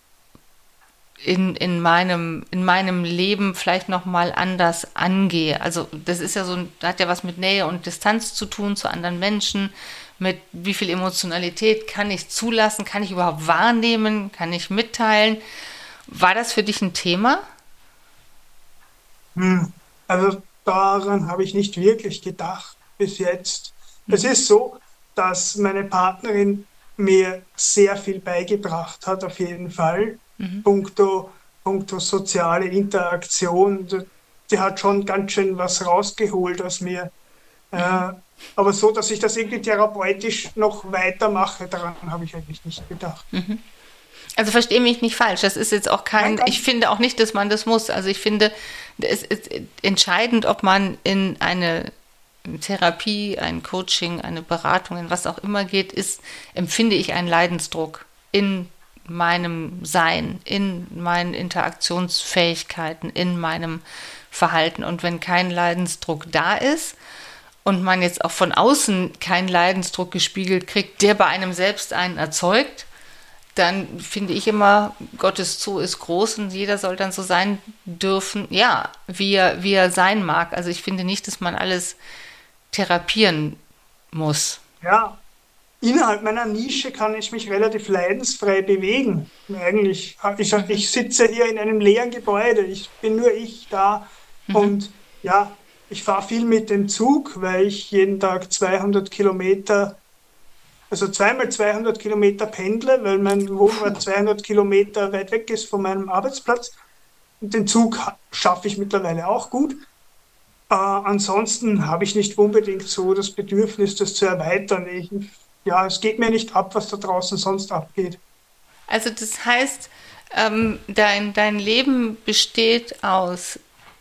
in meinem Leben vielleicht nochmal anders angehe. Also das ist ja so, hat ja was mit Nähe und Distanz zu tun zu anderen Menschen, mit wie viel Emotionalität kann ich zulassen, kann ich überhaupt wahrnehmen, kann ich mitteilen. War das für dich ein Thema? Hm. Also daran habe ich nicht wirklich gedacht bis jetzt. Es ist so, dass meine Partnerin mir sehr viel beigebracht hat, auf jeden Fall, puncto, puncto soziale Interaktion. Die hat schon ganz schön was rausgeholt aus mir. Aber so, dass ich das irgendwie therapeutisch noch weitermache, daran habe ich eigentlich nicht gedacht. Also verstehe mich nicht falsch. Das ist jetzt auch Nein, ich ganz, finde auch nicht, dass man das muss. Also ich finde, es ist entscheidend, ob man in eine Therapie, ein Coaching, eine Beratung, in was auch immer geht, empfinde ich einen Leidensdruck in meinem Sein, in meinen Interaktionsfähigkeiten, in meinem Verhalten. Und wenn kein Leidensdruck da ist und man jetzt auch von außen keinen Leidensdruck gespiegelt kriegt, der bei einem selbst einen erzeugt, dann finde ich immer, Gottes Zoo ist groß und jeder soll dann so sein dürfen, ja, wie er sein mag. Also ich finde nicht, dass man alles therapieren muss. ja, innerhalb meiner Nische kann ich mich relativ leidensfrei bewegen. Eigentlich, ich sitze hier in einem leeren Gebäude, ich bin nur ich da und ja, ich fahre viel mit dem Zug, weil ich jeden Tag 200 Kilometer, also zweimal 200 Kilometer pendle, weil mein Wohnort 200 Kilometer weit weg ist von meinem Arbeitsplatz. Und den Zug schaffe ich mittlerweile auch gut. Ansonsten habe ich nicht unbedingt so das Bedürfnis, das zu erweitern. Ja, es geht mir nicht ab, was da draußen sonst abgeht. Also das heißt, Dein Leben besteht aus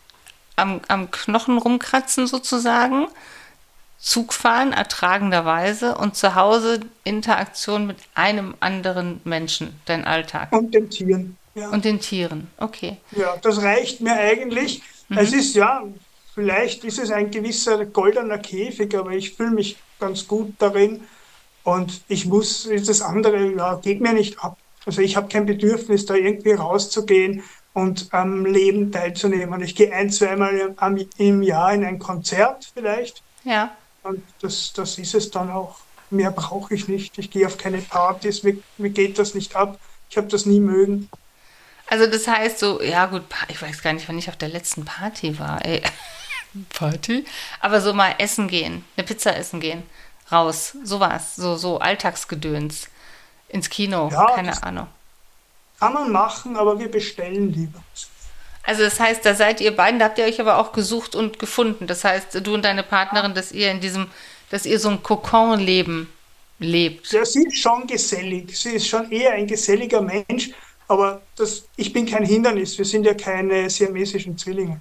am Knochen rumkratzen sozusagen, Zugfahren ertragenderweise und zu Hause Interaktion mit einem anderen Menschen, dein Alltag. Und den Tieren. Ja. Und den Tieren, okay. Ja, das reicht mir eigentlich. Es ist ja, vielleicht ist es ein gewisser goldener Käfig, aber ich fühle mich ganz gut darin und ich muss, das andere, ja, geht mir nicht ab. Also ich habe kein Bedürfnis, da irgendwie rauszugehen und am Leben teilzunehmen. Ich gehe ein, zweimal im Jahr in ein Konzert vielleicht Ja. und das ist es dann auch. Mehr brauche ich nicht. Ich gehe auf keine Partys, mir geht das nicht ab. Ich habe das nie mögen. Also das heißt so, ja gut, ich weiß gar nicht, wann ich auf der letzten Party war, ey. Party? Aber so mal essen gehen, eine Pizza essen gehen, raus, sowas, so Alltagsgedöns, ins Kino, Ja, keine das Ahnung. kann man machen, aber wir bestellen lieber. Also das heißt, da seid ihr beiden, da habt ihr euch aber auch gesucht und gefunden. Das heißt, du und deine Partnerin, dass ihr so ein Kokon-Leben lebt. Ja, sie ist schon gesellig. Sie ist schon eher ein geselliger Mensch, aber ich bin kein Hindernis. Wir sind ja keine siamesischen Zwillinge.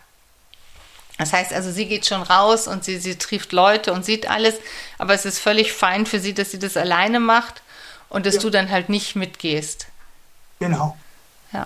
Das heißt also, sie geht schon raus und sie trifft Leute und sieht alles, aber es ist völlig fein für sie, dass sie das alleine macht und dass Ja, du dann halt nicht mitgehst. genau. Ja.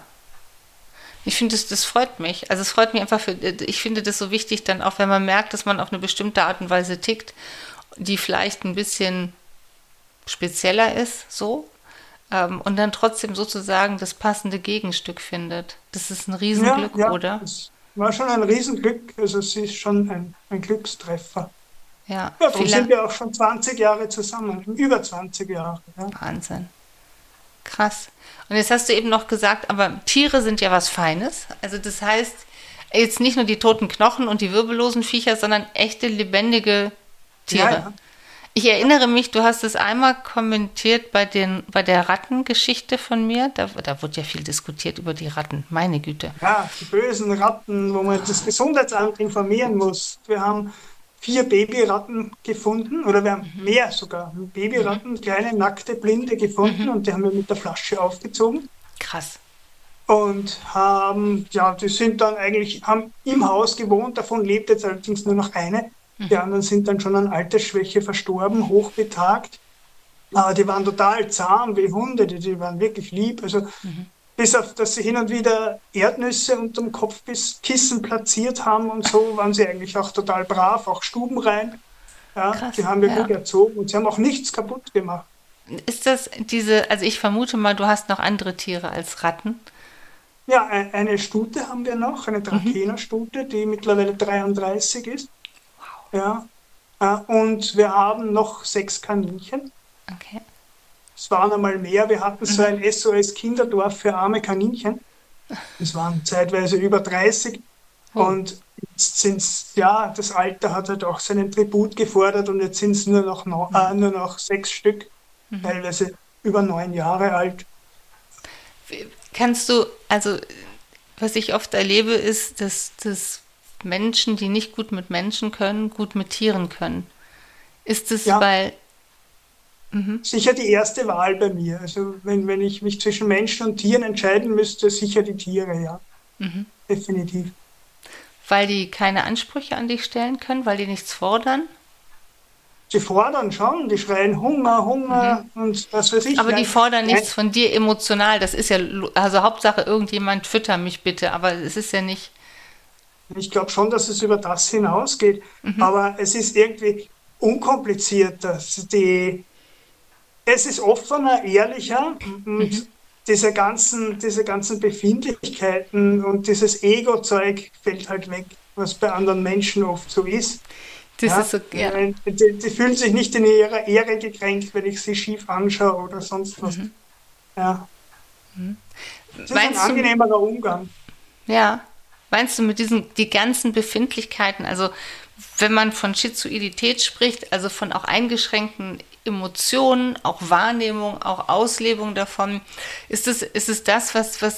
Ich finde, das freut mich. Also es freut mich einfach ich finde das so wichtig, dann auch wenn man merkt, dass man auf eine bestimmte Art und Weise tickt, die vielleicht ein bisschen spezieller ist, so, und dann trotzdem sozusagen das passende Gegenstück findet. Das ist ein Ja, Riesenglück, ja, oder? es war schon ein Riesenglück. Also sie ist schon ein Glückstreffer. Ja, Ja, darum sind viele, wir auch schon 20 Jahre zusammen, über 20 Jahre. Ja, Wahnsinn. Krass. Und jetzt hast du eben noch gesagt, aber Tiere sind ja was Feines. Also das heißt, jetzt nicht nur die toten Knochen und die wirbellosen Viecher, sondern echte lebendige ja, Tiere. ja. Ich erinnere mich, du hast es einmal kommentiert bei der Rattengeschichte von mir. Da wurde ja viel diskutiert über die Ratten. Meine Güte. Ja, die bösen Ratten, wo man das Gesundheitsamt informieren muss. Wir haben 4 Babyratten gefunden, oder wir haben mehr sogar. Babyratten, kleine, nackte, blinde gefunden und die haben wir mit der Flasche aufgezogen Krass. und ja, die sind dann eigentlich, haben im Haus gewohnt, davon lebt jetzt allerdings nur noch eine. Die anderen sind dann schon an Altersschwäche verstorben, hochbetagt. Aber die waren total zahm wie Hunde, die waren wirklich lieb. Also bis auf, dass sie hin und wieder Erdnüsse unterm Kopfkissen platziert haben und so, waren sie eigentlich auch total brav, auch stubenrein. Ja, die Krass. haben wir gut Ja. erzogen und sie haben auch nichts kaputt gemacht. Ist das also ich vermute mal, du hast noch andere Tiere als Ratten. Ja, eine Stute haben wir noch, eine Trakehnerstute, die mittlerweile 33 ist. Ja, und wir haben noch 6 Kaninchen. Okay. Es waren einmal mehr. Wir hatten so ein SOS-Kinderdorf für arme Kaninchen. Es waren zeitweise über 30. Oh. Und jetzt sind es, ja, das Alter hat halt auch seinen Tribut gefordert und jetzt sind es nur noch 6 Stück, teilweise über 9 Jahre alt. Kannst du, also was ich oft erlebe, ist, dass Menschen, die nicht gut mit Menschen können, gut mit Tieren können. Ist es, Ja, weil, sicher die erste Wahl bei mir. Also wenn ich mich zwischen Menschen und Tieren entscheiden müsste, sicher die Tiere, ja, definitiv. weil die keine Ansprüche an dich stellen können, weil die nichts fordern? Sie fordern schon, die schreien Hunger, Hunger und was weiß ich. Aber die Nein, fordern nein, nichts von dir emotional. Das ist ja, also Hauptsache irgendjemand fütter mich bitte, aber es ist ja nicht. ich glaube schon, dass es über das hinausgeht, aber es ist irgendwie unkomplizierter. Es ist offener, ehrlicher und diese ganzen Befindlichkeiten und dieses Ego-Zeug fällt halt weg, was bei anderen Menschen oft so ist. Das ist Ja, so, ja. die fühlen sich nicht in ihrer Ehre gekränkt, wenn ich sie schief anschaue oder sonst was. Ja, es ist ein Meinst du, angenehmerer Umgang. ja, meinst du mit die ganzen Befindlichkeiten, also wenn man von Schizoidität spricht, also von auch eingeschränkten Emotionen, auch Wahrnehmung, auch Auslebung davon, ist es das,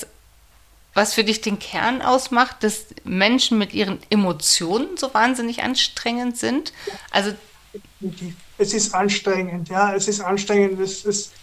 was für dich den Kern ausmacht, dass Menschen mit ihren Emotionen so wahnsinnig anstrengend sind? Also, Definitiv. Es ist anstrengend, ja, es ist anstrengend.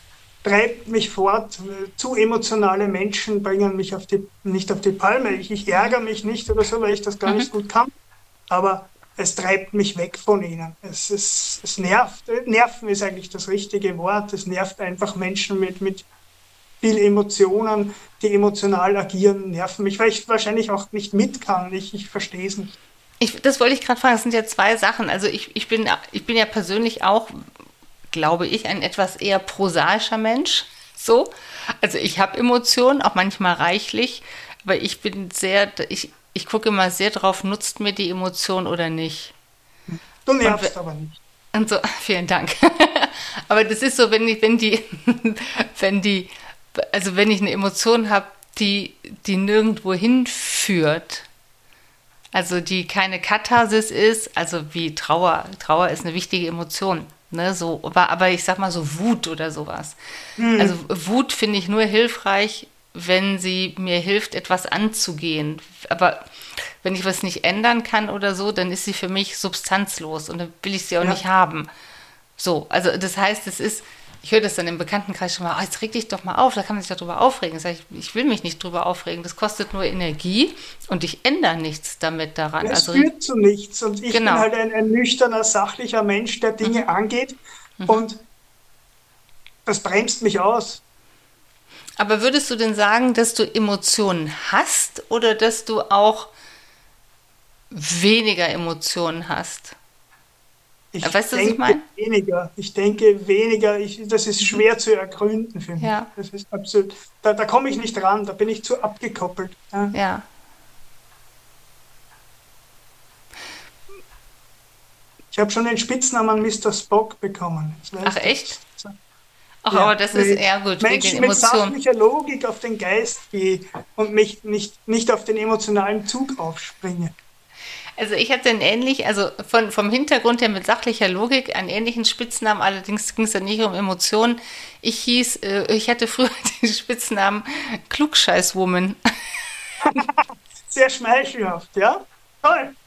treibt mich fort. Zu emotionale Menschen bringen mich nicht auf die Palme. Ich ärgere mich nicht oder so, weil ich das gar Mhm. nicht gut kann. Aber es treibt mich weg von ihnen. Es nervt. Nerven ist eigentlich das richtige Wort. Es nervt einfach Menschen mit viel Emotionen, die emotional agieren, nerven mich, weil ich wahrscheinlich auch nicht mit kann. Ich verstehe es nicht. Das wollte ich gerade fragen. Das sind ja zwei Sachen. Also ich bin ja persönlich auch, glaube ich, ein etwas eher prosaischer Mensch. So. Also ich habe Emotionen, auch manchmal reichlich, aber ich gucke immer sehr drauf, nutzt mir die Emotion oder nicht. Du Und, nervst aber nicht. und so, vielen Dank. Aber das ist so, wenn die, also wenn ich eine Emotion habe, die nirgendwo hinführt, also die keine Katharsis ist, also wie Trauer. Trauer ist eine wichtige Emotion. Ne, so, aber ich sag mal so Wut oder sowas. Also Wut finde ich nur hilfreich, wenn sie mir hilft, etwas anzugehen. Aber wenn ich was nicht ändern kann oder so, dann ist sie für mich substanzlos und dann will ich sie auch Ja, nicht haben. So, also das heißt, ich höre das dann im Bekanntenkreis schon mal, jetzt reg dich doch mal auf, da kann man sich doch drüber aufregen. Sag ich will mich nicht drüber aufregen, das kostet nur Energie und ich ändere nichts damit daran. es Also, führt zu nichts. Und ich bin genau. halt ein nüchterner, sachlicher Mensch, der Dinge angeht. Und das bremst mich aus. Aber würdest du denn sagen, dass du Emotionen hast oder dass du auch weniger Emotionen hast? Ich Weißt du, was ich denke meine? weniger. Ich denke weniger. Das ist schwer zu ergründen für mich. Ja, Das ist absolut. Da komme ich nicht ran. Da bin ich zu abgekoppelt. Ja. ja. Ich habe schon den Spitznamen Mister Spock bekommen. Das Ach weißt du. echt? Ach, aber Ja, das ist weil ich eher gut, wegen den Menschen mit Emotionen. sachlicher Logik auf den Geist gehe und mich nicht auf den emotionalen Zug aufspringe. Also ich hatte also vom Hintergrund her mit sachlicher Logik einen ähnlichen Spitznamen, allerdings ging es ja nicht um Emotionen. Ich hatte früher den Spitznamen Klugscheißwoman. Sehr schmeichelhaft, ja? Toll.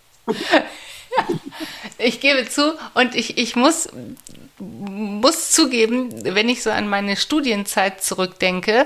Ich gebe zu und ich muss zugeben, wenn ich so an meine Studienzeit zurückdenke,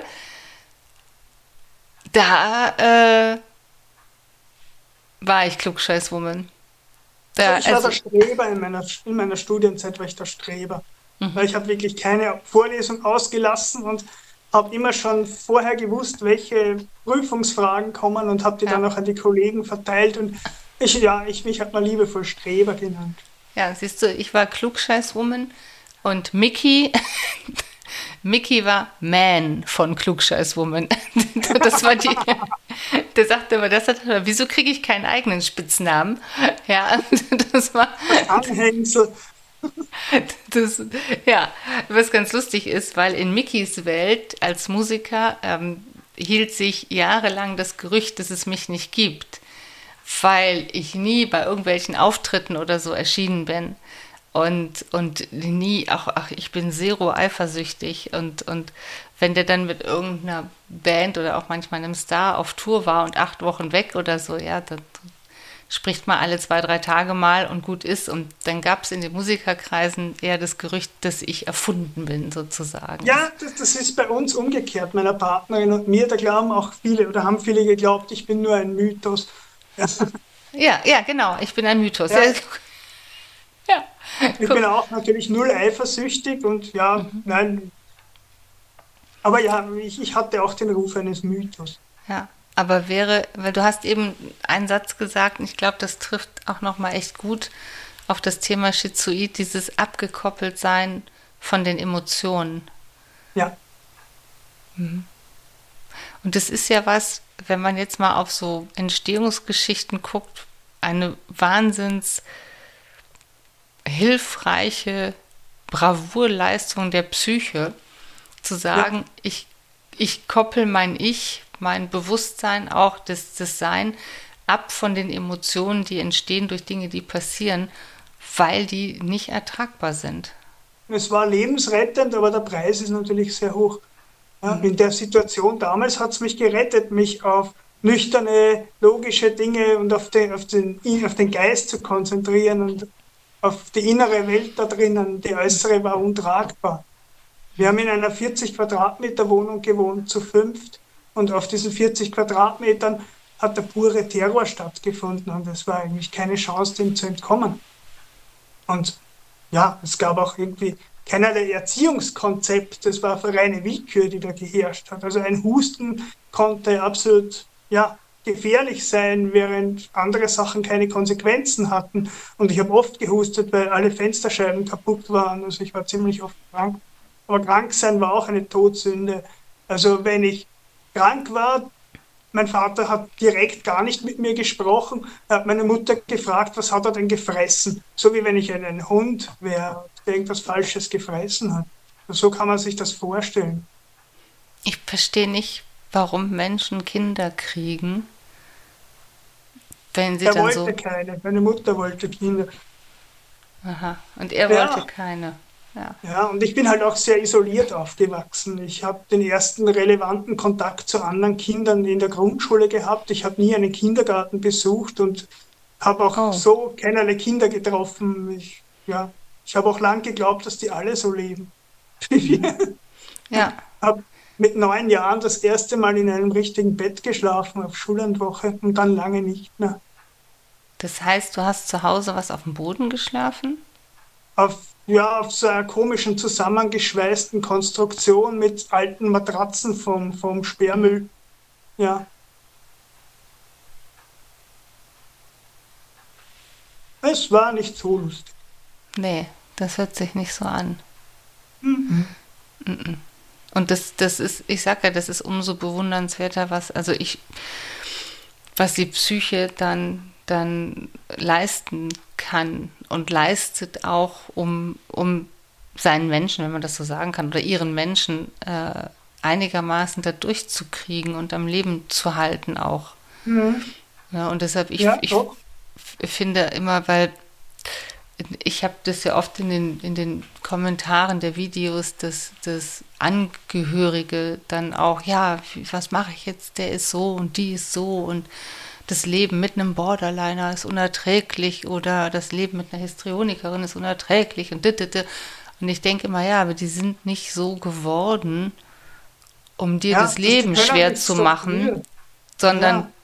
da war ich Klugscheißwoman. Also Da, ich war der also, Streber in meiner Studienzeit, war ich der Streber. Weil ich habe wirklich keine Vorlesung ausgelassen und habe immer schon vorher gewusst, welche Prüfungsfragen kommen und habe die dann ja, auch an die Kollegen verteilt. Und mich hat man liebevoll Streber genannt. ja, siehst du, ich war Klugscheißwoman und Mickey, Mickey war Man von Klugscheißwoman. Das war die, der sagte immer, wieso kriege ich keinen eigenen Spitznamen? Ja, das war, Das Anhängsel. Das, ja, was ganz lustig ist, weil in Mickeys Welt als Musiker hielt sich jahrelang das Gerücht, dass es mich nicht gibt, weil ich nie bei irgendwelchen Auftritten oder so erschienen bin und nie, ach, ich bin zero eifersüchtig und wenn der dann mit irgendeiner Band oder auch manchmal einem Star auf Tour war und 8 Wochen weg oder so, ja, dann spricht man alle 2, 3 Tage mal und gut ist. Und dann gab es in den Musikerkreisen eher das Gerücht, dass ich erfunden bin, sozusagen. Ja, das ist bei uns umgekehrt. Meiner Partnerin und mir, da glauben auch viele oder haben viele geglaubt, ich bin nur ein Mythos. Ja, Ja, ja, genau. Ich bin ein Mythos. Ja, ja, ja. ich Guck. bin auch natürlich null eifersüchtig und ja, nein, aber ja, ich hatte auch den Ruf eines Mythos. Ja. Aber weil du hast eben einen Satz gesagt, und ich glaube, das trifft auch nochmal echt gut auf das Thema Schizoid, dieses Abgekoppeltsein von den Emotionen. Ja, Und das ist ja was, wenn man jetzt mal auf so Entstehungsgeschichten guckt, eine wahnsinns hilfreiche Bravourleistung der Psyche, zu ja. sagen, ich koppel mein Ich, mein Bewusstsein, auch das Sein, ab von den Emotionen, die entstehen durch Dinge, die passieren, weil die nicht ertragbar sind. Es war lebensrettend, aber der Preis ist natürlich sehr hoch. Ja, in der Situation damals hat es mich gerettet, mich auf nüchterne, logische Dinge und auf den Geist zu konzentrieren und auf die innere Welt da drinnen. Die äußere war untragbar. Wir haben in einer 40 Quadratmeter Wohnung gewohnt, zu fünft. Und auf diesen 40 Quadratmetern hat der pure Terror stattgefunden. Und es war eigentlich keine Chance, dem zu entkommen. Und ja, es gab auch irgendwie keinerlei Erziehungskonzept. Es war eine reine Willkür, die da geherrscht hat. Also ein Husten konnte absolut, ja, gefährlich sein, während andere Sachen keine Konsequenzen hatten. Und ich habe oft gehustet, weil alle Fensterscheiben kaputt waren. Also ich war ziemlich oft krank. Aber krank sein war auch eine Todsünde. Also wenn ich krank war, mein Vater hat direkt gar nicht mit mir gesprochen. Er hat meine Mutter gefragt, was hat er denn gefressen? So wie wenn ich ein Hund wäre, der irgendwas Falsches gefressen hat. So kann man sich das vorstellen. Ich verstehe nicht, warum Menschen Kinder kriegen, wenn sie Er dann wollte so, keine, meine Mutter wollte Kinder. aha, und er wollte Ja, keine. Ja. ja, und ich bin halt auch sehr isoliert aufgewachsen. Ich habe den ersten relevanten Kontakt zu anderen Kindern in der Grundschule gehabt. Ich habe nie einen Kindergarten besucht und habe auch Oh, so keinerlei Kinder getroffen. Ja, ich habe auch lang geglaubt, dass die alle so leben. Ich ja. habe mit 9 Jahren das erste Mal in einem richtigen Bett geschlafen auf Schullandwoche und dann lange nicht mehr. Das heißt, du hast zu Hause was auf dem Boden geschlafen? Ja, auf so einer komischen zusammengeschweißten Konstruktion mit alten Matratzen vom Sperrmüll. Ja, es war nicht so lustig. Nee, das hört sich nicht so an. Mhm. Und das ist, ich sag ja, das ist umso bewundernswerter, was die Psyche dann leisten kann und leistet auch, um seinen Menschen, wenn man das so sagen kann, oder ihren Menschen einigermaßen da durchzukriegen und am Leben zu halten auch. Mhm. Ja, und deshalb, Ja, ich doch. finde immer, weil ich habe das ja oft in den Kommentaren der Videos, dass Angehörige dann auch, ja, was mache ich jetzt, der ist so und die ist so und das Leben mit einem Borderliner ist unerträglich oder das Leben mit einer Histrionikerin ist unerträglich und dit. Und ich denke immer, ja, aber die sind nicht so geworden, um dir das Ja, die Leben können schwer nicht zu so machen, früh. sondern Ja,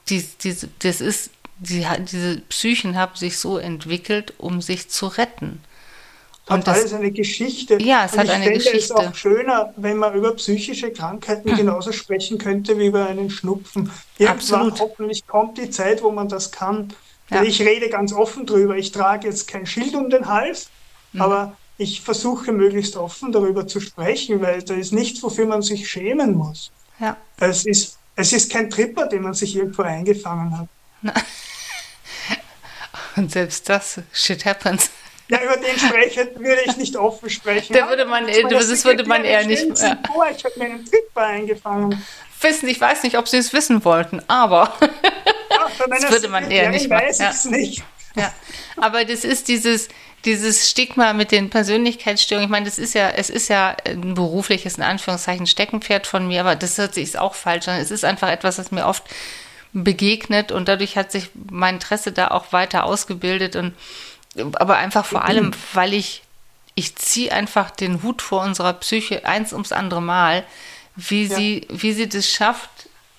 diese Psychen haben sich so entwickelt, um sich zu retten. Und hat das, alles eine Geschichte. ja, es Und hat ich eine fände es auch Geschichte. schöner, wenn man über psychische Krankheiten genauso sprechen könnte wie über einen Schnupfen. Irgendwann Absolut. hoffentlich kommt die Zeit, wo man das kann. Denn Ja. ich rede ganz offen drüber. Ich trage jetzt kein Schild um den Hals, aber ich versuche möglichst offen darüber zu sprechen, weil da ist nichts, wofür man sich schämen muss. Ja. Es ist kein Tripper, den man sich irgendwo eingefangen hat. Und selbst das, shit happens. Ja, über den sprechen würde ich nicht offen sprechen. Da Ja, würde man, zu meiner das würde man Sekretärin, eher nicht stellen Sie sich vor, ich habe mir einen Tripper eingefangen. wissen. Ich weiß nicht, ob sie es wissen wollten, aber Ja, bei das meiner würde man eher Sekretärin nicht machen. weiß ich Ja. es nicht. Ja, aber das ist dieses Stigma mit den Persönlichkeitsstörungen. Ich meine, es ist ja ein berufliches, in Anführungszeichen, Steckenpferd von mir, aber das hört sich ist auch falsch an. Es ist einfach etwas, was mir oft begegnet und dadurch hat sich mein Interesse da auch weiter ausgebildet und aber einfach vor allem, weil ich ziehe einfach den Hut vor unserer Psyche eins ums andere Mal, Ja. wie sie das schafft,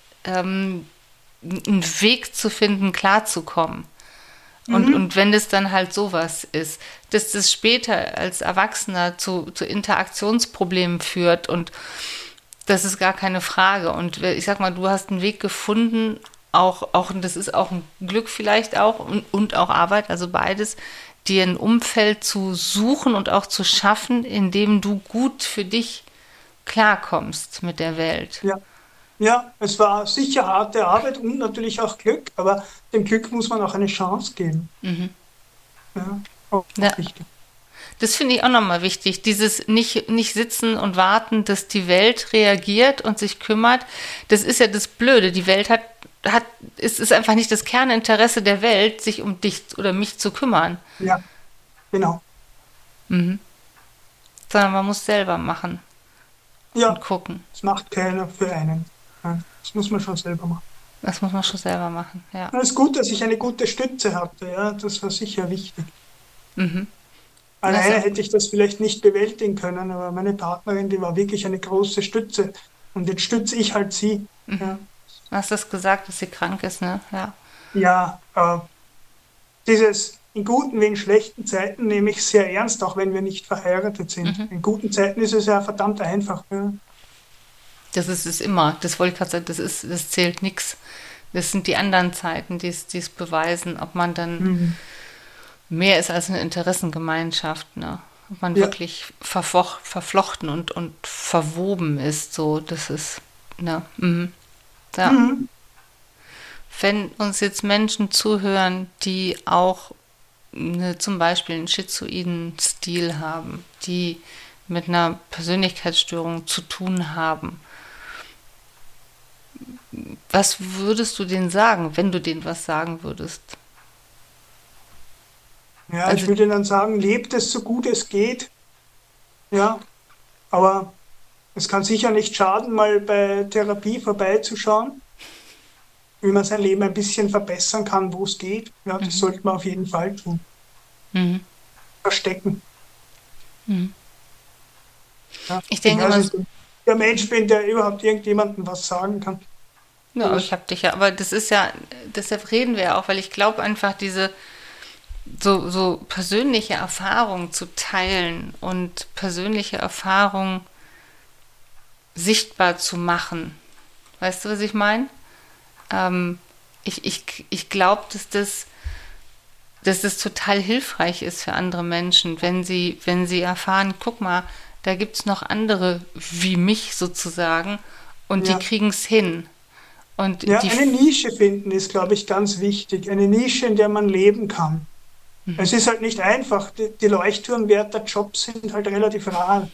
einen Weg zu finden, klarzukommen. Und Mhm. wenn das dann halt sowas ist, dass das später als Erwachsener zu Interaktionsproblemen führt und das ist gar keine Frage. Und ich sag mal, du hast einen Weg gefunden, und das ist auch ein Glück vielleicht auch und auch Arbeit, also beides, dir ein Umfeld zu suchen und auch zu schaffen, in dem du gut für dich klarkommst mit der Welt. Ja. Ja, es war sicher harte Arbeit und natürlich auch Glück, aber dem Glück muss man auch eine Chance geben. Ja, Ja, auch wichtig. das finde ich auch nochmal wichtig. Dieses nicht sitzen und warten, dass die Welt reagiert und sich kümmert. Das ist ja das Blöde. Die Welt es ist einfach nicht das Kerninteresse der Welt, sich um dich oder mich zu kümmern, Ja, genau. sondern man muss selber machen und Ja, gucken. das macht keiner für einen. Ja, das muss man schon selber machen. Das muss man schon selber machen, ja. Es ist gut, dass ich eine gute Stütze hatte. Ja, das war sicher wichtig. Das ist Alleine auch hätte ich das vielleicht nicht bewältigen können, aber meine Partnerin, die war wirklich eine große Stütze. Und jetzt stütze ich halt sie. Ja, Du hast es gesagt, dass sie krank ist, ne? Ja. ja dieses in guten wie in schlechten Zeiten nehme ich sehr ernst, auch wenn wir nicht verheiratet sind. In guten Zeiten ist es ja verdammt einfach. Ja. Das ist es immer. Das wollte ich gerade sagen, das zählt nichts. Das sind die anderen Zeiten, die es beweisen, ob man dann Mhm. mehr ist als eine Interessengemeinschaft, ne? Ob man Ja. wirklich verflochten und verwoben ist, so, das ist, ne? Mhm. Ja. Mhm. Wenn uns jetzt Menschen zuhören, die auch zum Beispiel einen schizoiden Stil haben, die mit einer Persönlichkeitsstörung zu tun haben, was würdest du denen sagen, wenn du denen was sagen würdest? Ja, ich Also, würde dann sagen, lebt es so gut es geht. Ja, aber es kann sicher nicht schaden, mal bei Therapie vorbeizuschauen, wie man sein Leben ein bisschen verbessern kann, wo es geht. Ja, das sollte man auf jeden Fall tun. mhm. Verstecken. Ja, Ich ich denke weiß immer, nicht, ob ich der Mensch bin, der überhaupt irgendjemandem was sagen kann. ja, aber ich Sowas. habe dich ja, aber das ist ja, deshalb reden wir ja auch, weil ich glaube einfach, diese so persönliche Erfahrungen zu teilen und persönliche Erfahrungen sichtbar zu machen. Weißt du, was ich meine? Ähm, ich glaube, dass das total hilfreich ist für andere Menschen, wenn sie erfahren, guck mal, da gibt es noch andere wie mich sozusagen und die Ja. kriegen es hin. Und Ja, die, eine Nische finden ist, glaube ich, ganz wichtig. Eine Nische, in der man leben kann. Es ist halt nicht einfach. Die Leuchtturmwärter-Jobs sind halt relativ rar.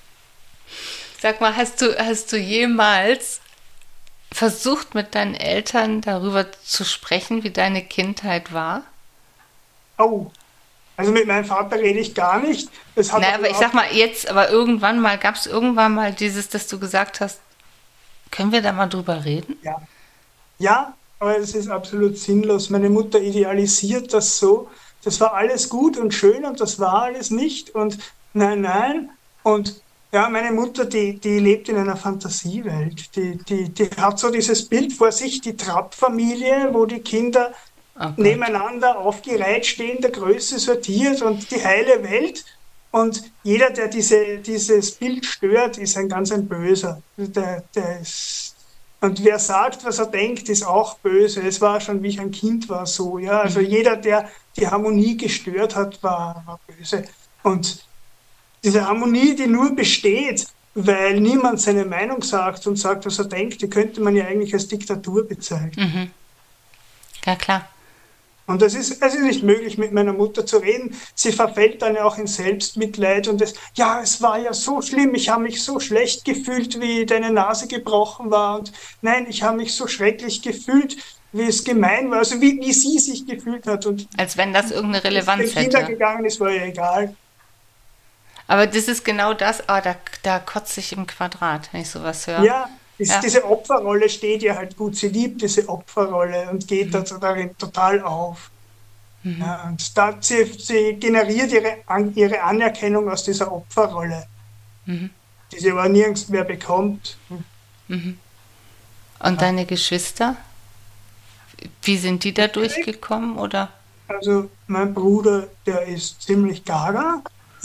sag mal, hast du jemals versucht, mit deinen Eltern darüber zu sprechen, wie deine Kindheit war? Oh, also mit meinem Vater rede ich gar nicht. Das hat Na, er aber ich sag überhaupt, mal jetzt, aber irgendwann mal, gab es irgendwann mal dieses, dass du gesagt hast, können wir da mal drüber reden? ja. Ja, aber es ist absolut sinnlos. Meine Mutter idealisiert das so. Das war alles gut und schön und das war alles nicht. Und nein, nein. Und ja, meine Mutter, die lebt in einer Fantasiewelt. Die hat so dieses Bild vor sich, die Trapp-Familie, wo die Kinder Oh Gott. nebeneinander aufgereiht stehen, der Größe sortiert und die heile Welt. Und jeder, der dieses Bild stört, ist ein ganz ein Böser. Der ist, und wer sagt, was er denkt, ist auch böse. Es war schon, wie ich ein Kind war, so. Ja, also jeder, der die Harmonie gestört hat, war böse. Und diese Harmonie, die nur besteht, weil niemand seine Meinung sagt und sagt, was er denkt, die könnte man ja eigentlich als Diktatur bezeichnen. Ja, klar. Und es ist nicht möglich, mit meiner Mutter zu reden. Sie verfällt dann ja auch in Selbstmitleid und ja, es war ja so schlimm, ich habe mich so schlecht gefühlt, wie deine Nase gebrochen war. Und nein, ich habe mich so schrecklich gefühlt, wie es gemein war, also wie sie sich gefühlt hat. Und Als wenn das irgendeine wie es den Relevanz Kindern hätte. gegangen ist, war ja egal. Aber das ist genau das, da kotze ich im Quadrat, wenn ich sowas höre. Ja, Ja. diese Opferrolle steht ihr halt gut. Sie liebt diese Opferrolle und geht darin total auf. Ja, und sie generiert ihre Anerkennung aus dieser Opferrolle, die sie aber nirgends mehr bekommt. Und Ja. deine Geschwister? Wie sind die da durchgekommen, oder? Also mein Bruder, der ist ziemlich gaga.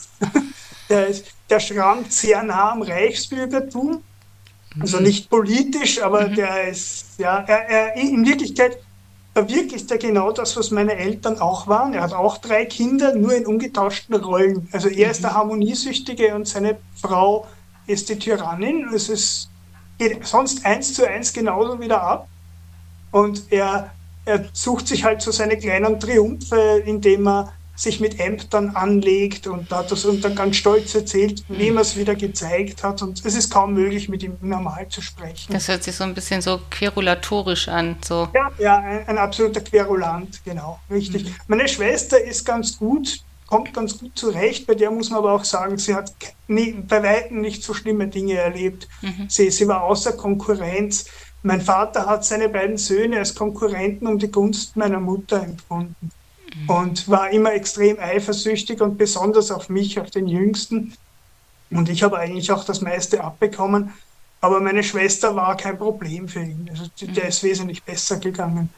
Der schrammt sehr nah am Reichsbürgertum. Also nicht politisch, aber der ist, ja, in Wirklichkeit verwirklicht er genau das, was meine Eltern auch waren. Er hat auch 3 Kinder, nur in umgetauschten Rollen. Also er ist der Harmoniesüchtige und seine Frau ist die Tyrannin. Geht sonst 1:1 genauso wieder ab. Und er sucht sich halt so seine kleinen Triumphe, indem er sich mit Ämtern anlegt und hat das und dann ganz stolz erzählt, wem er es wieder gezeigt hat. Und es ist kaum möglich, mit ihm normal zu sprechen. Das hört sich so ein bisschen so querulatorisch an. So. Ja, ja, ein absoluter Querulant, genau, richtig. Meine Schwester ist ganz gut, kommt ganz gut zurecht. Bei der muss man aber auch sagen, sie hat bei Weitem nicht so schlimme Dinge erlebt. Sie war außer Konkurrenz. Mein Vater hat seine beiden Söhne als Konkurrenten um die Gunst meiner Mutter empfunden. und war immer extrem eifersüchtig und besonders auf mich, auf den Jüngsten. Und ich habe eigentlich auch das meiste abbekommen. Aber meine Schwester war kein Problem für ihn. Also der ist wesentlich besser gegangen.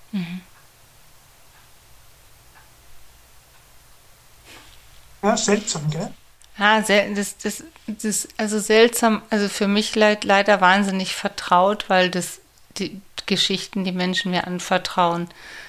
Ja, seltsam, gell? Ah, also seltsam, also für mich leider wahnsinnig vertraut, weil die Geschichten, die Menschen mir anvertrauen,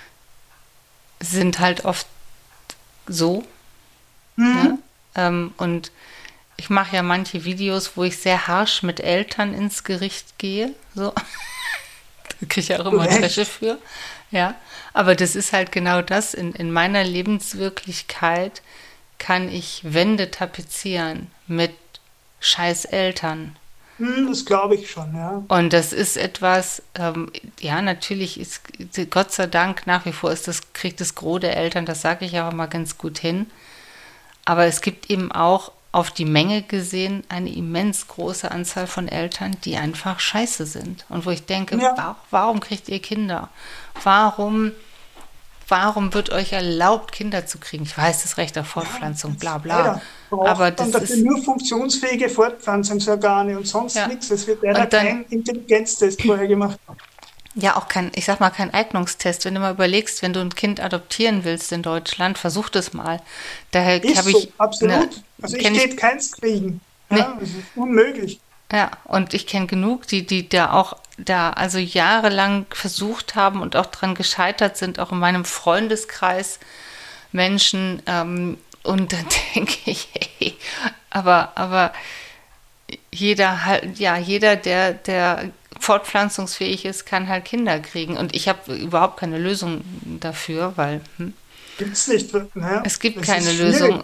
sind halt oft so, ne? Mhm. Und ich mache ja manche Videos, wo ich sehr harsch mit Eltern ins Gericht gehe, so. Da kriege ich auch Zu immer Dresche Recht. für, ja. Aber das ist halt genau das. In meiner Lebenswirklichkeit kann ich Wände tapezieren mit scheiß Eltern. Das glaube ich schon, ja. Und das ist etwas, ja, natürlich ist, Gott sei Dank, nach wie vor kriegt das Gros der Eltern, das sage ich auch immer ganz gut hin. Aber es gibt eben auch auf die Menge gesehen eine immens große Anzahl von Eltern, die einfach scheiße sind. Und wo ich denke, Ja, warum kriegt ihr Kinder? Warum, warum wird euch erlaubt, Kinder zu kriegen? Ich weiß, das Recht auf ja, Fortpflanzung, bla jetzt bla. leider Aber braucht man das dafür ist, nur funktionsfähige Fortpflanzungsorgane und sonst ja. nichts. Es wird leider Und dann kein Intelligenztest vorher gemacht. ja, auch ich sag mal, kein Eignungstest. Wenn du mal überlegst, wenn du ein Kind adoptieren willst in Deutschland, versuch das mal. Daher Ist habe ich so, absolut. Also ich kenne ich, tät keins kriegen. ne, Ja, es ist unmöglich. ja, und ich kenne genug, die da auch also jahrelang versucht haben und auch dran gescheitert sind, auch in meinem Freundeskreis Menschen, und dann denke ich, hey, aber jeder halt, ja, jeder, der fortpflanzungsfähig ist, kann halt Kinder kriegen. Und ich habe überhaupt keine Lösung dafür, weil Gibt's nicht. Naja, es gibt es ist keine schwierig. Lösung.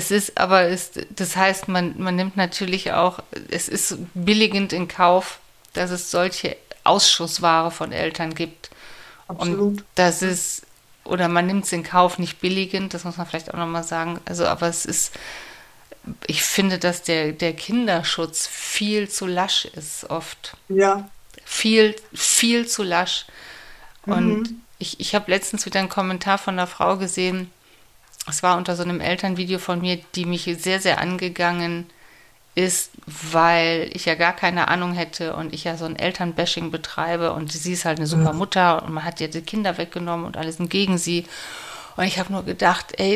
Das heißt, man nimmt natürlich auch, es ist billigend in Kauf, dass es solche Ausschussware von Eltern gibt. Und Absolut. das ist, oder man nimmt es in Kauf, nicht billigend, das muss man vielleicht auch nochmal sagen. Also, aber ich finde, dass der Kinderschutz viel zu lasch ist, oft. Ja. Viel zu lasch. Und Mhm. ich habe letztens wieder einen Kommentar von einer Frau gesehen, es war unter so einem Elternvideo von mir, die mich sehr, sehr angegangen ist, weil ich ja gar keine Ahnung hätte und ich ja so ein Elternbashing betreibe und sie ist halt eine super Ja. Mutter und man hat ihr die Kinder weggenommen und alle sind gegen sie. Und ich habe nur gedacht, ey,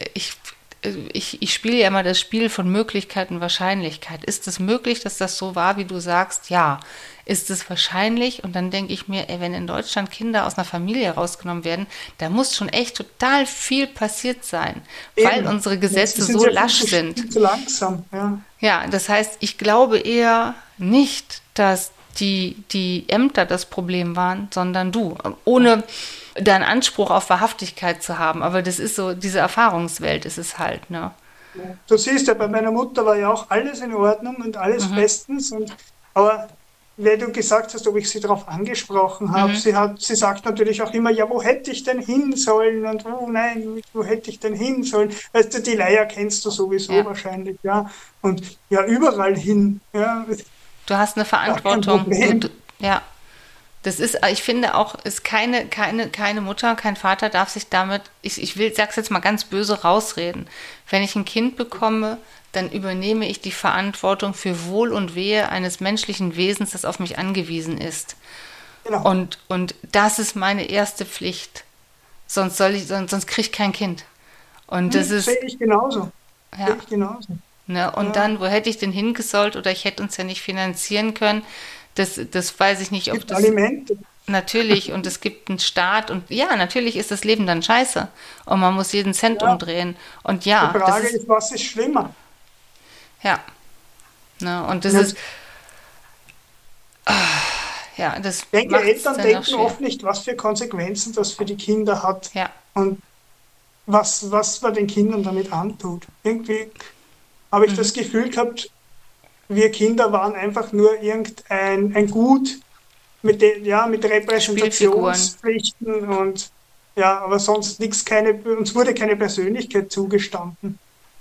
ich spiele ja immer das Spiel von Möglichkeit und Wahrscheinlichkeit. Ist es möglich, dass das so war, wie du sagst? Ja. Ist es wahrscheinlich? Und dann denke ich mir, ey, wenn in Deutschland Kinder aus einer Familie rausgenommen werden, da muss schon echt total viel passiert sein, weil Eben. unsere Ja, sie Gesetze sind so ja lasch sind. viel zu langsam. Ja. Ja, das heißt, ich glaube eher nicht, dass die Ämter das Problem waren, sondern du. Ohne deinen Anspruch auf Wahrhaftigkeit zu haben. Aber das ist so, diese Erfahrungswelt ist es halt, ne? Ja. Du siehst ja, bei meiner Mutter war ja auch alles in Ordnung und alles bestens. Aber weil du gesagt hast, ob ich sie darauf angesprochen habe, sie sagt natürlich auch immer, ja, wo hätte ich denn hin sollen und wo, nein, wo hätte ich denn hin sollen? Weißt du, die Leier kennst du sowieso Ja. wahrscheinlich, ja. Und ja, überall hin, ja, ist Du hast eine gar kein Verantwortung. Problem. Ja. Das ist, ich finde auch, ist keine Mutter, kein Vater darf sich damit, sag's jetzt mal ganz böse rausreden. Wenn ich ein Kind bekomme, dann übernehme ich die Verantwortung für Wohl und Wehe eines menschlichen Wesens, das auf mich angewiesen ist. Genau. Und das ist meine erste Pflicht. Sonst kriege ich kein Kind. Und das ist, Sehe ich genauso. Sehe ja, ich genauso. ne, und Ja. dann, wo hätte ich denn hingesollt oder ich hätte uns ja nicht finanzieren können. Das weiß ich nicht, Es ob gibt das Alimente. natürlich, und es gibt einen Staat und ja, natürlich ist das Leben dann scheiße und man muss jeden Cent Ja. umdrehen. Und Die ja, das Frage ist, ist, was ist schlimmer? ja, ne, und das Ja, ist, ja, das ich denke, macht es Eltern dann auch denken schwer. oft nicht, was für Konsequenzen das für die Kinder hat Ja, und was man den Kindern damit antut. Irgendwie habe ich das Gefühl gehabt, wir Kinder waren einfach nur irgendein ein Gut mit Spielfiguren. Repräsentationspflichten und ja, aber sonst nichts, uns wurde keine Persönlichkeit zugestanden.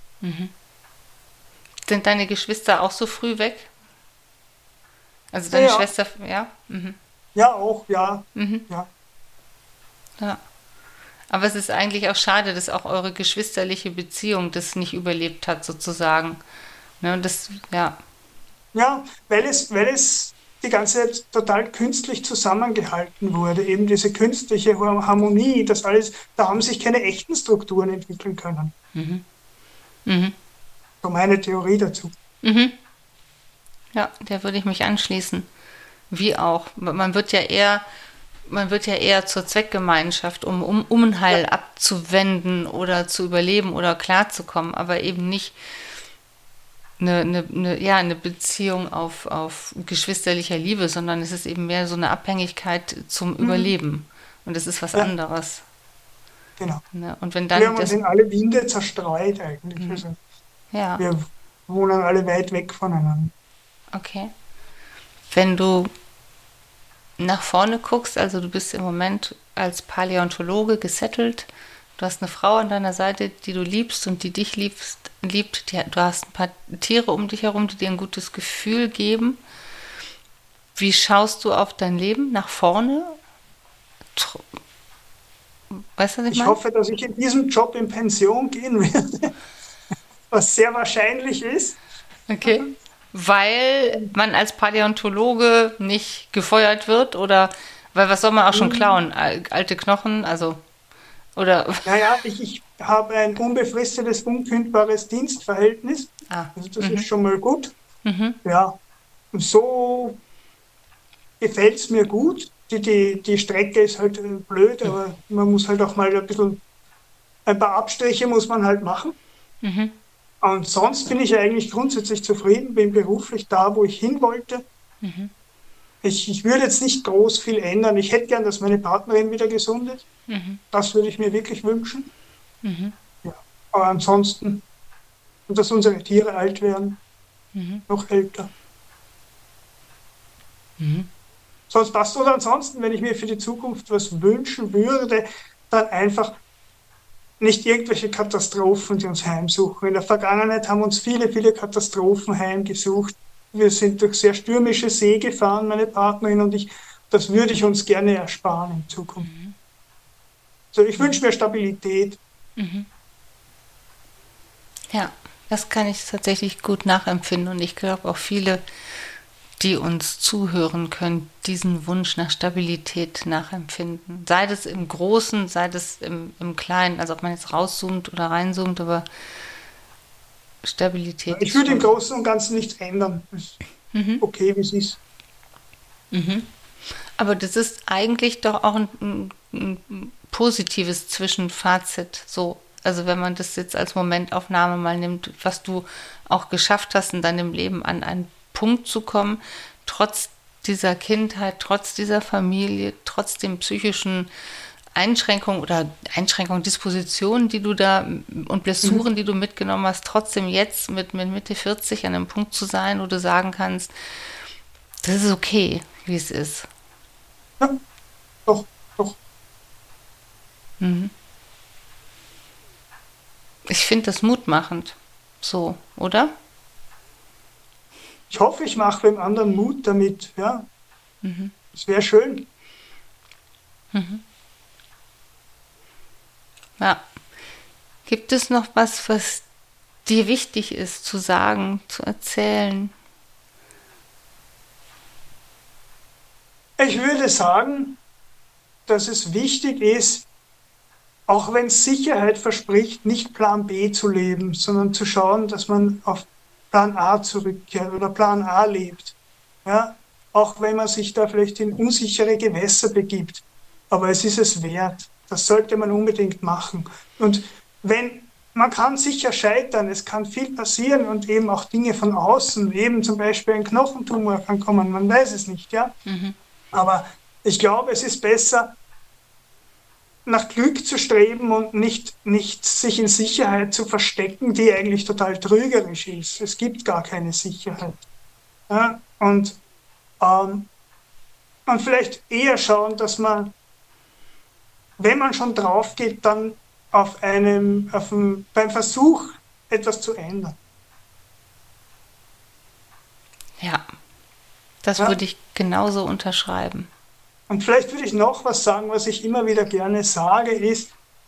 Sind deine Geschwister auch so früh weg? Also Ja, deine ja, Schwester, ja? ja, auch, ja, Mhm. ja. Ja. Aber es ist eigentlich auch schade, dass auch eure geschwisterliche Beziehung das nicht überlebt hat, sozusagen. Ne, und das, ja. Ja, weil es die ganze Zeit total künstlich zusammengehalten wurde. Eben diese künstliche Harmonie, das alles, da haben sich keine echten Strukturen entwickeln können. Mhm. So meine Theorie dazu. Mhm. Ja, der würde ich mich anschließen. Wie auch. Man wird ja eher zur Zweckgemeinschaft, um Unheil Ja, abzuwenden oder zu überleben oder klarzukommen, aber eben nicht eine Beziehung auf geschwisterlicher Liebe, sondern es ist eben mehr so eine Abhängigkeit zum mhm. Überleben. Und das ist was Ja, anderes. genau. Ne? Und wenn Wir dann haben uns das, in alle Winde zerstreut eigentlich. Also ja, wir wohnen alle weit weg voneinander. okay. Wenn du nach vorne guckst, also du bist im Moment als Paläontologe gesettelt, du hast eine Frau an deiner Seite, die du liebst und die dich liebt, du hast ein paar Tiere um dich herum, die dir ein gutes Gefühl geben. Wie schaust du auf dein Leben nach vorne? Weißt du, was ich Ich meine? hoffe, dass ich in diesem Job in Pension gehen werde, was sehr wahrscheinlich ist. Okay. Weil man als Paläontologe nicht gefeuert wird oder weil was soll man auch schon klauen? Alte Knochen, also oder Naja, ich habe ein unbefristetes, unkündbares Dienstverhältnis. ah, Also das ist schon mal gut. mhm, Ja, und so gefällt es mir gut. Die Strecke ist halt blöd, aber man muss halt auch mal ein paar Abstriche muss man halt machen. mhm, Und sonst bin ich eigentlich grundsätzlich zufrieden, bin beruflich da, wo ich hin wollte. Ich würde jetzt nicht groß viel ändern. Ich hätte gern, dass meine Partnerin wieder gesund ist. Das würde ich mir wirklich wünschen. Ja. Aber ansonsten, und dass unsere Tiere alt werden, noch älter. Sonst passt oder ansonsten, wenn ich mir für die Zukunft was wünschen würde, dann einfach nicht irgendwelche Katastrophen, die uns heimsuchen. In der Vergangenheit haben uns viele, viele Katastrophen heimgesucht. Wir sind durch sehr stürmische See gefahren, meine Partnerin und ich. Das würde ich uns gerne ersparen in Zukunft. Also ich wünsche mir Stabilität. ja, das kann ich tatsächlich gut nachempfinden und ich glaube auch viele, die uns zuhören können, diesen Wunsch nach Stabilität nachempfinden. Sei das im Großen, sei das im Kleinen, also ob man jetzt rauszoomt oder reinzoomt, aber Stabilität Ich ist würde im schon. Großen und Ganzen nichts ändern. Ist okay, wie es ist. Aber das ist eigentlich doch auch ein positives Zwischenfazit. So, also wenn man das jetzt als Momentaufnahme mal nimmt, was du auch geschafft hast, in deinem Leben an einen Punkt zu kommen, trotz dieser Kindheit, trotz dieser Familie, trotz den psychischen Einschränkungen oder Einschränkungen, Dispositionen, die du da und Mhm. Blessuren, die du mitgenommen hast, trotzdem jetzt mit Mitte 40 an einem Punkt zu sein, wo du sagen kannst, das ist okay, wie es ist. Ja, doch, doch. Ich finde das mutmachend. So, oder? Ich hoffe, ich mache dem anderen Mut damit. Ja, es wäre schön. Ja. Gibt es noch was dir wichtig ist zu sagen, zu erzählen? Ich würde sagen, dass es wichtig ist, auch wenn es Sicherheit verspricht, nicht Plan B zu leben, sondern zu schauen, dass man auf Plan A zurückkehrt oder Plan A lebt. Ja, auch wenn man sich da vielleicht in unsichere Gewässer begibt. Aber es ist es wert. Das sollte man unbedingt machen. Und wenn, man kann sicher scheitern, es kann viel passieren und eben auch Dinge von außen, eben zum Beispiel ein Knochentumor kann kommen, man weiß es nicht, ja. Aber ich glaube, es ist besser, nach Glück zu streben und nicht sich in Sicherheit zu verstecken, die eigentlich total trügerisch ist. Es gibt gar keine Sicherheit. Ja? Ähm, und vielleicht eher schauen, dass man, wenn man schon drauf geht, dann beim Versuch etwas zu ändern. Ja, das Ja? würde ich genauso unterschreiben. Und vielleicht würde ich noch was sagen, was ich immer wieder gerne sage, ist,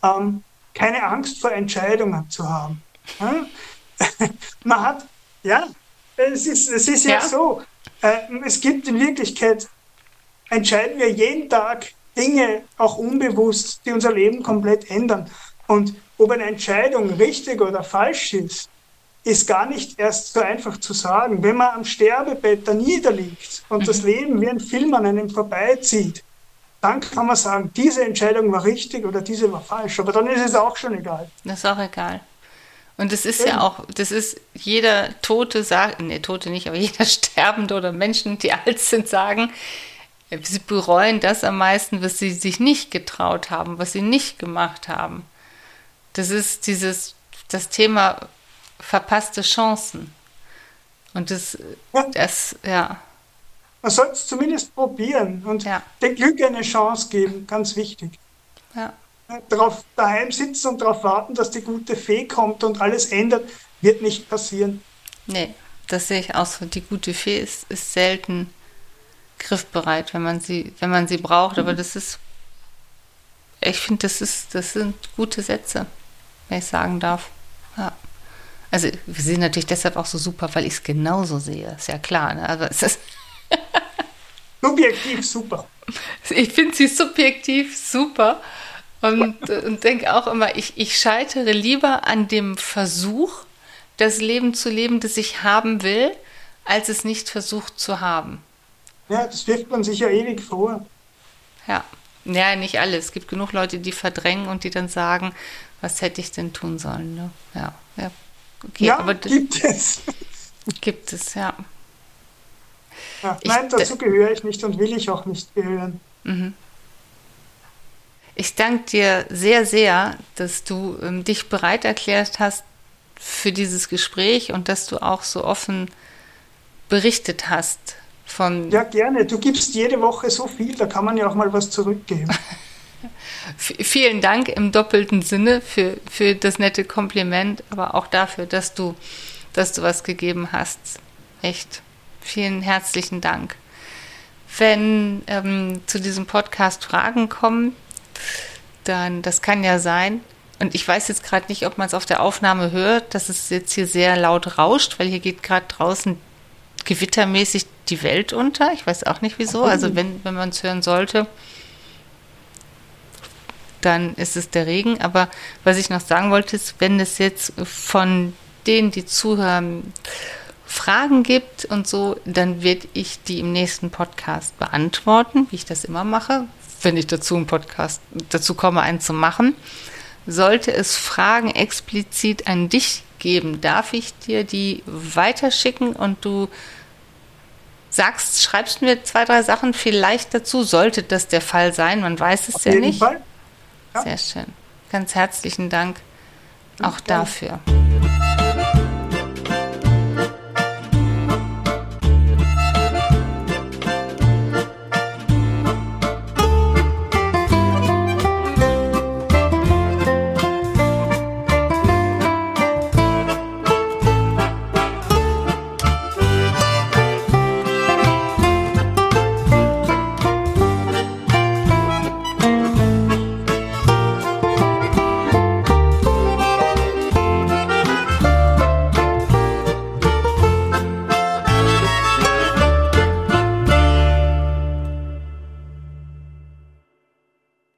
keine Angst vor Entscheidungen zu haben. Ja? Man hat, ja, es ist ja Ja. so, es gibt in Wirklichkeit, entscheiden wir jeden Tag Dinge, auch unbewusst, die unser Leben komplett ändern. Und ob eine Entscheidung richtig oder falsch ist gar nicht erst so einfach zu sagen. Wenn man am Sterbebett da niederliegt und das Leben wie ein Film an einem vorbeizieht, dann kann man sagen, diese Entscheidung war richtig oder diese war falsch. Aber dann ist es auch schon egal. Das ist auch egal. Und es ist ja Eben. auch, das ist jeder Tote sagt, nee, Tote nicht, aber jeder Sterbende oder Menschen, die alt sind, sagen, sie bereuen das am meisten, was sie sich nicht getraut haben, was sie nicht gemacht haben. Das ist das Thema verpasste Chancen. Und Ja, ja, man soll es zumindest probieren und ja, dem Glück eine Chance geben, ganz wichtig. ja. Darauf daheim sitzen und darauf warten, dass die gute Fee kommt und alles ändert, wird nicht passieren. Nee, das sehe ich auch so. Die gute Fee ist selten griffbereit, wenn man sie braucht. Aber ich finde, das sind gute Sätze, wenn ich sagen darf. Ja. Also, wir sind natürlich deshalb auch so super, weil ich es genauso sehe. Ist ja klar, ne? Aber Subjektiv super. ich finde sie subjektiv super und denke auch immer, ich scheitere lieber an dem Versuch, das Leben zu leben, das ich haben will, als es nicht versucht zu haben. Ja, das wirft man sich ja ewig vor. Ja. Ja, nicht alle. Es gibt genug Leute, die verdrängen und die dann sagen, was hätte ich denn tun sollen? Ne? Ja, ja. Okay, Ja, aber gibt es. gibt es, ja. Ja, Ich, nein, dazu gehöre ich nicht und will ich auch nicht gehören. ich danke dir sehr, sehr, dass du dich bereit erklärt hast für dieses Gespräch und dass du auch so offen berichtet hast von Ja, gerne. Du gibst jede Woche so viel, da kann man ja auch mal was zurückgeben. vielen Dank im doppelten Sinne für das nette Kompliment, aber auch dafür, dass du was gegeben hast. Echt. Vielen herzlichen Dank. Wenn zu diesem Podcast Fragen kommen, dann, das kann ja sein. Und ich weiß jetzt gerade nicht, ob man es auf der Aufnahme hört, dass es jetzt hier sehr laut rauscht, weil hier geht gerade draußen gewittermäßig die Welt unter. Ich weiß auch nicht wieso. Also wenn man es hören sollte, dann ist es der Regen. Aber was ich noch sagen wollte, ist, wenn es jetzt von denen, die zuhören, Fragen gibt und so, dann werde ich die im nächsten Podcast beantworten, wie ich das immer mache, wenn ich dazu komme, einen zu machen. Sollte es Fragen explizit an dich geben, darf ich dir die weiterschicken und du schreibst mir 2, 3 Sachen vielleicht dazu, sollte das der Fall sein, man weiß es Auf ja jeden nicht. Fall. Ja, Sehr schön. Ganz herzlichen Dank auch gerne. dafür.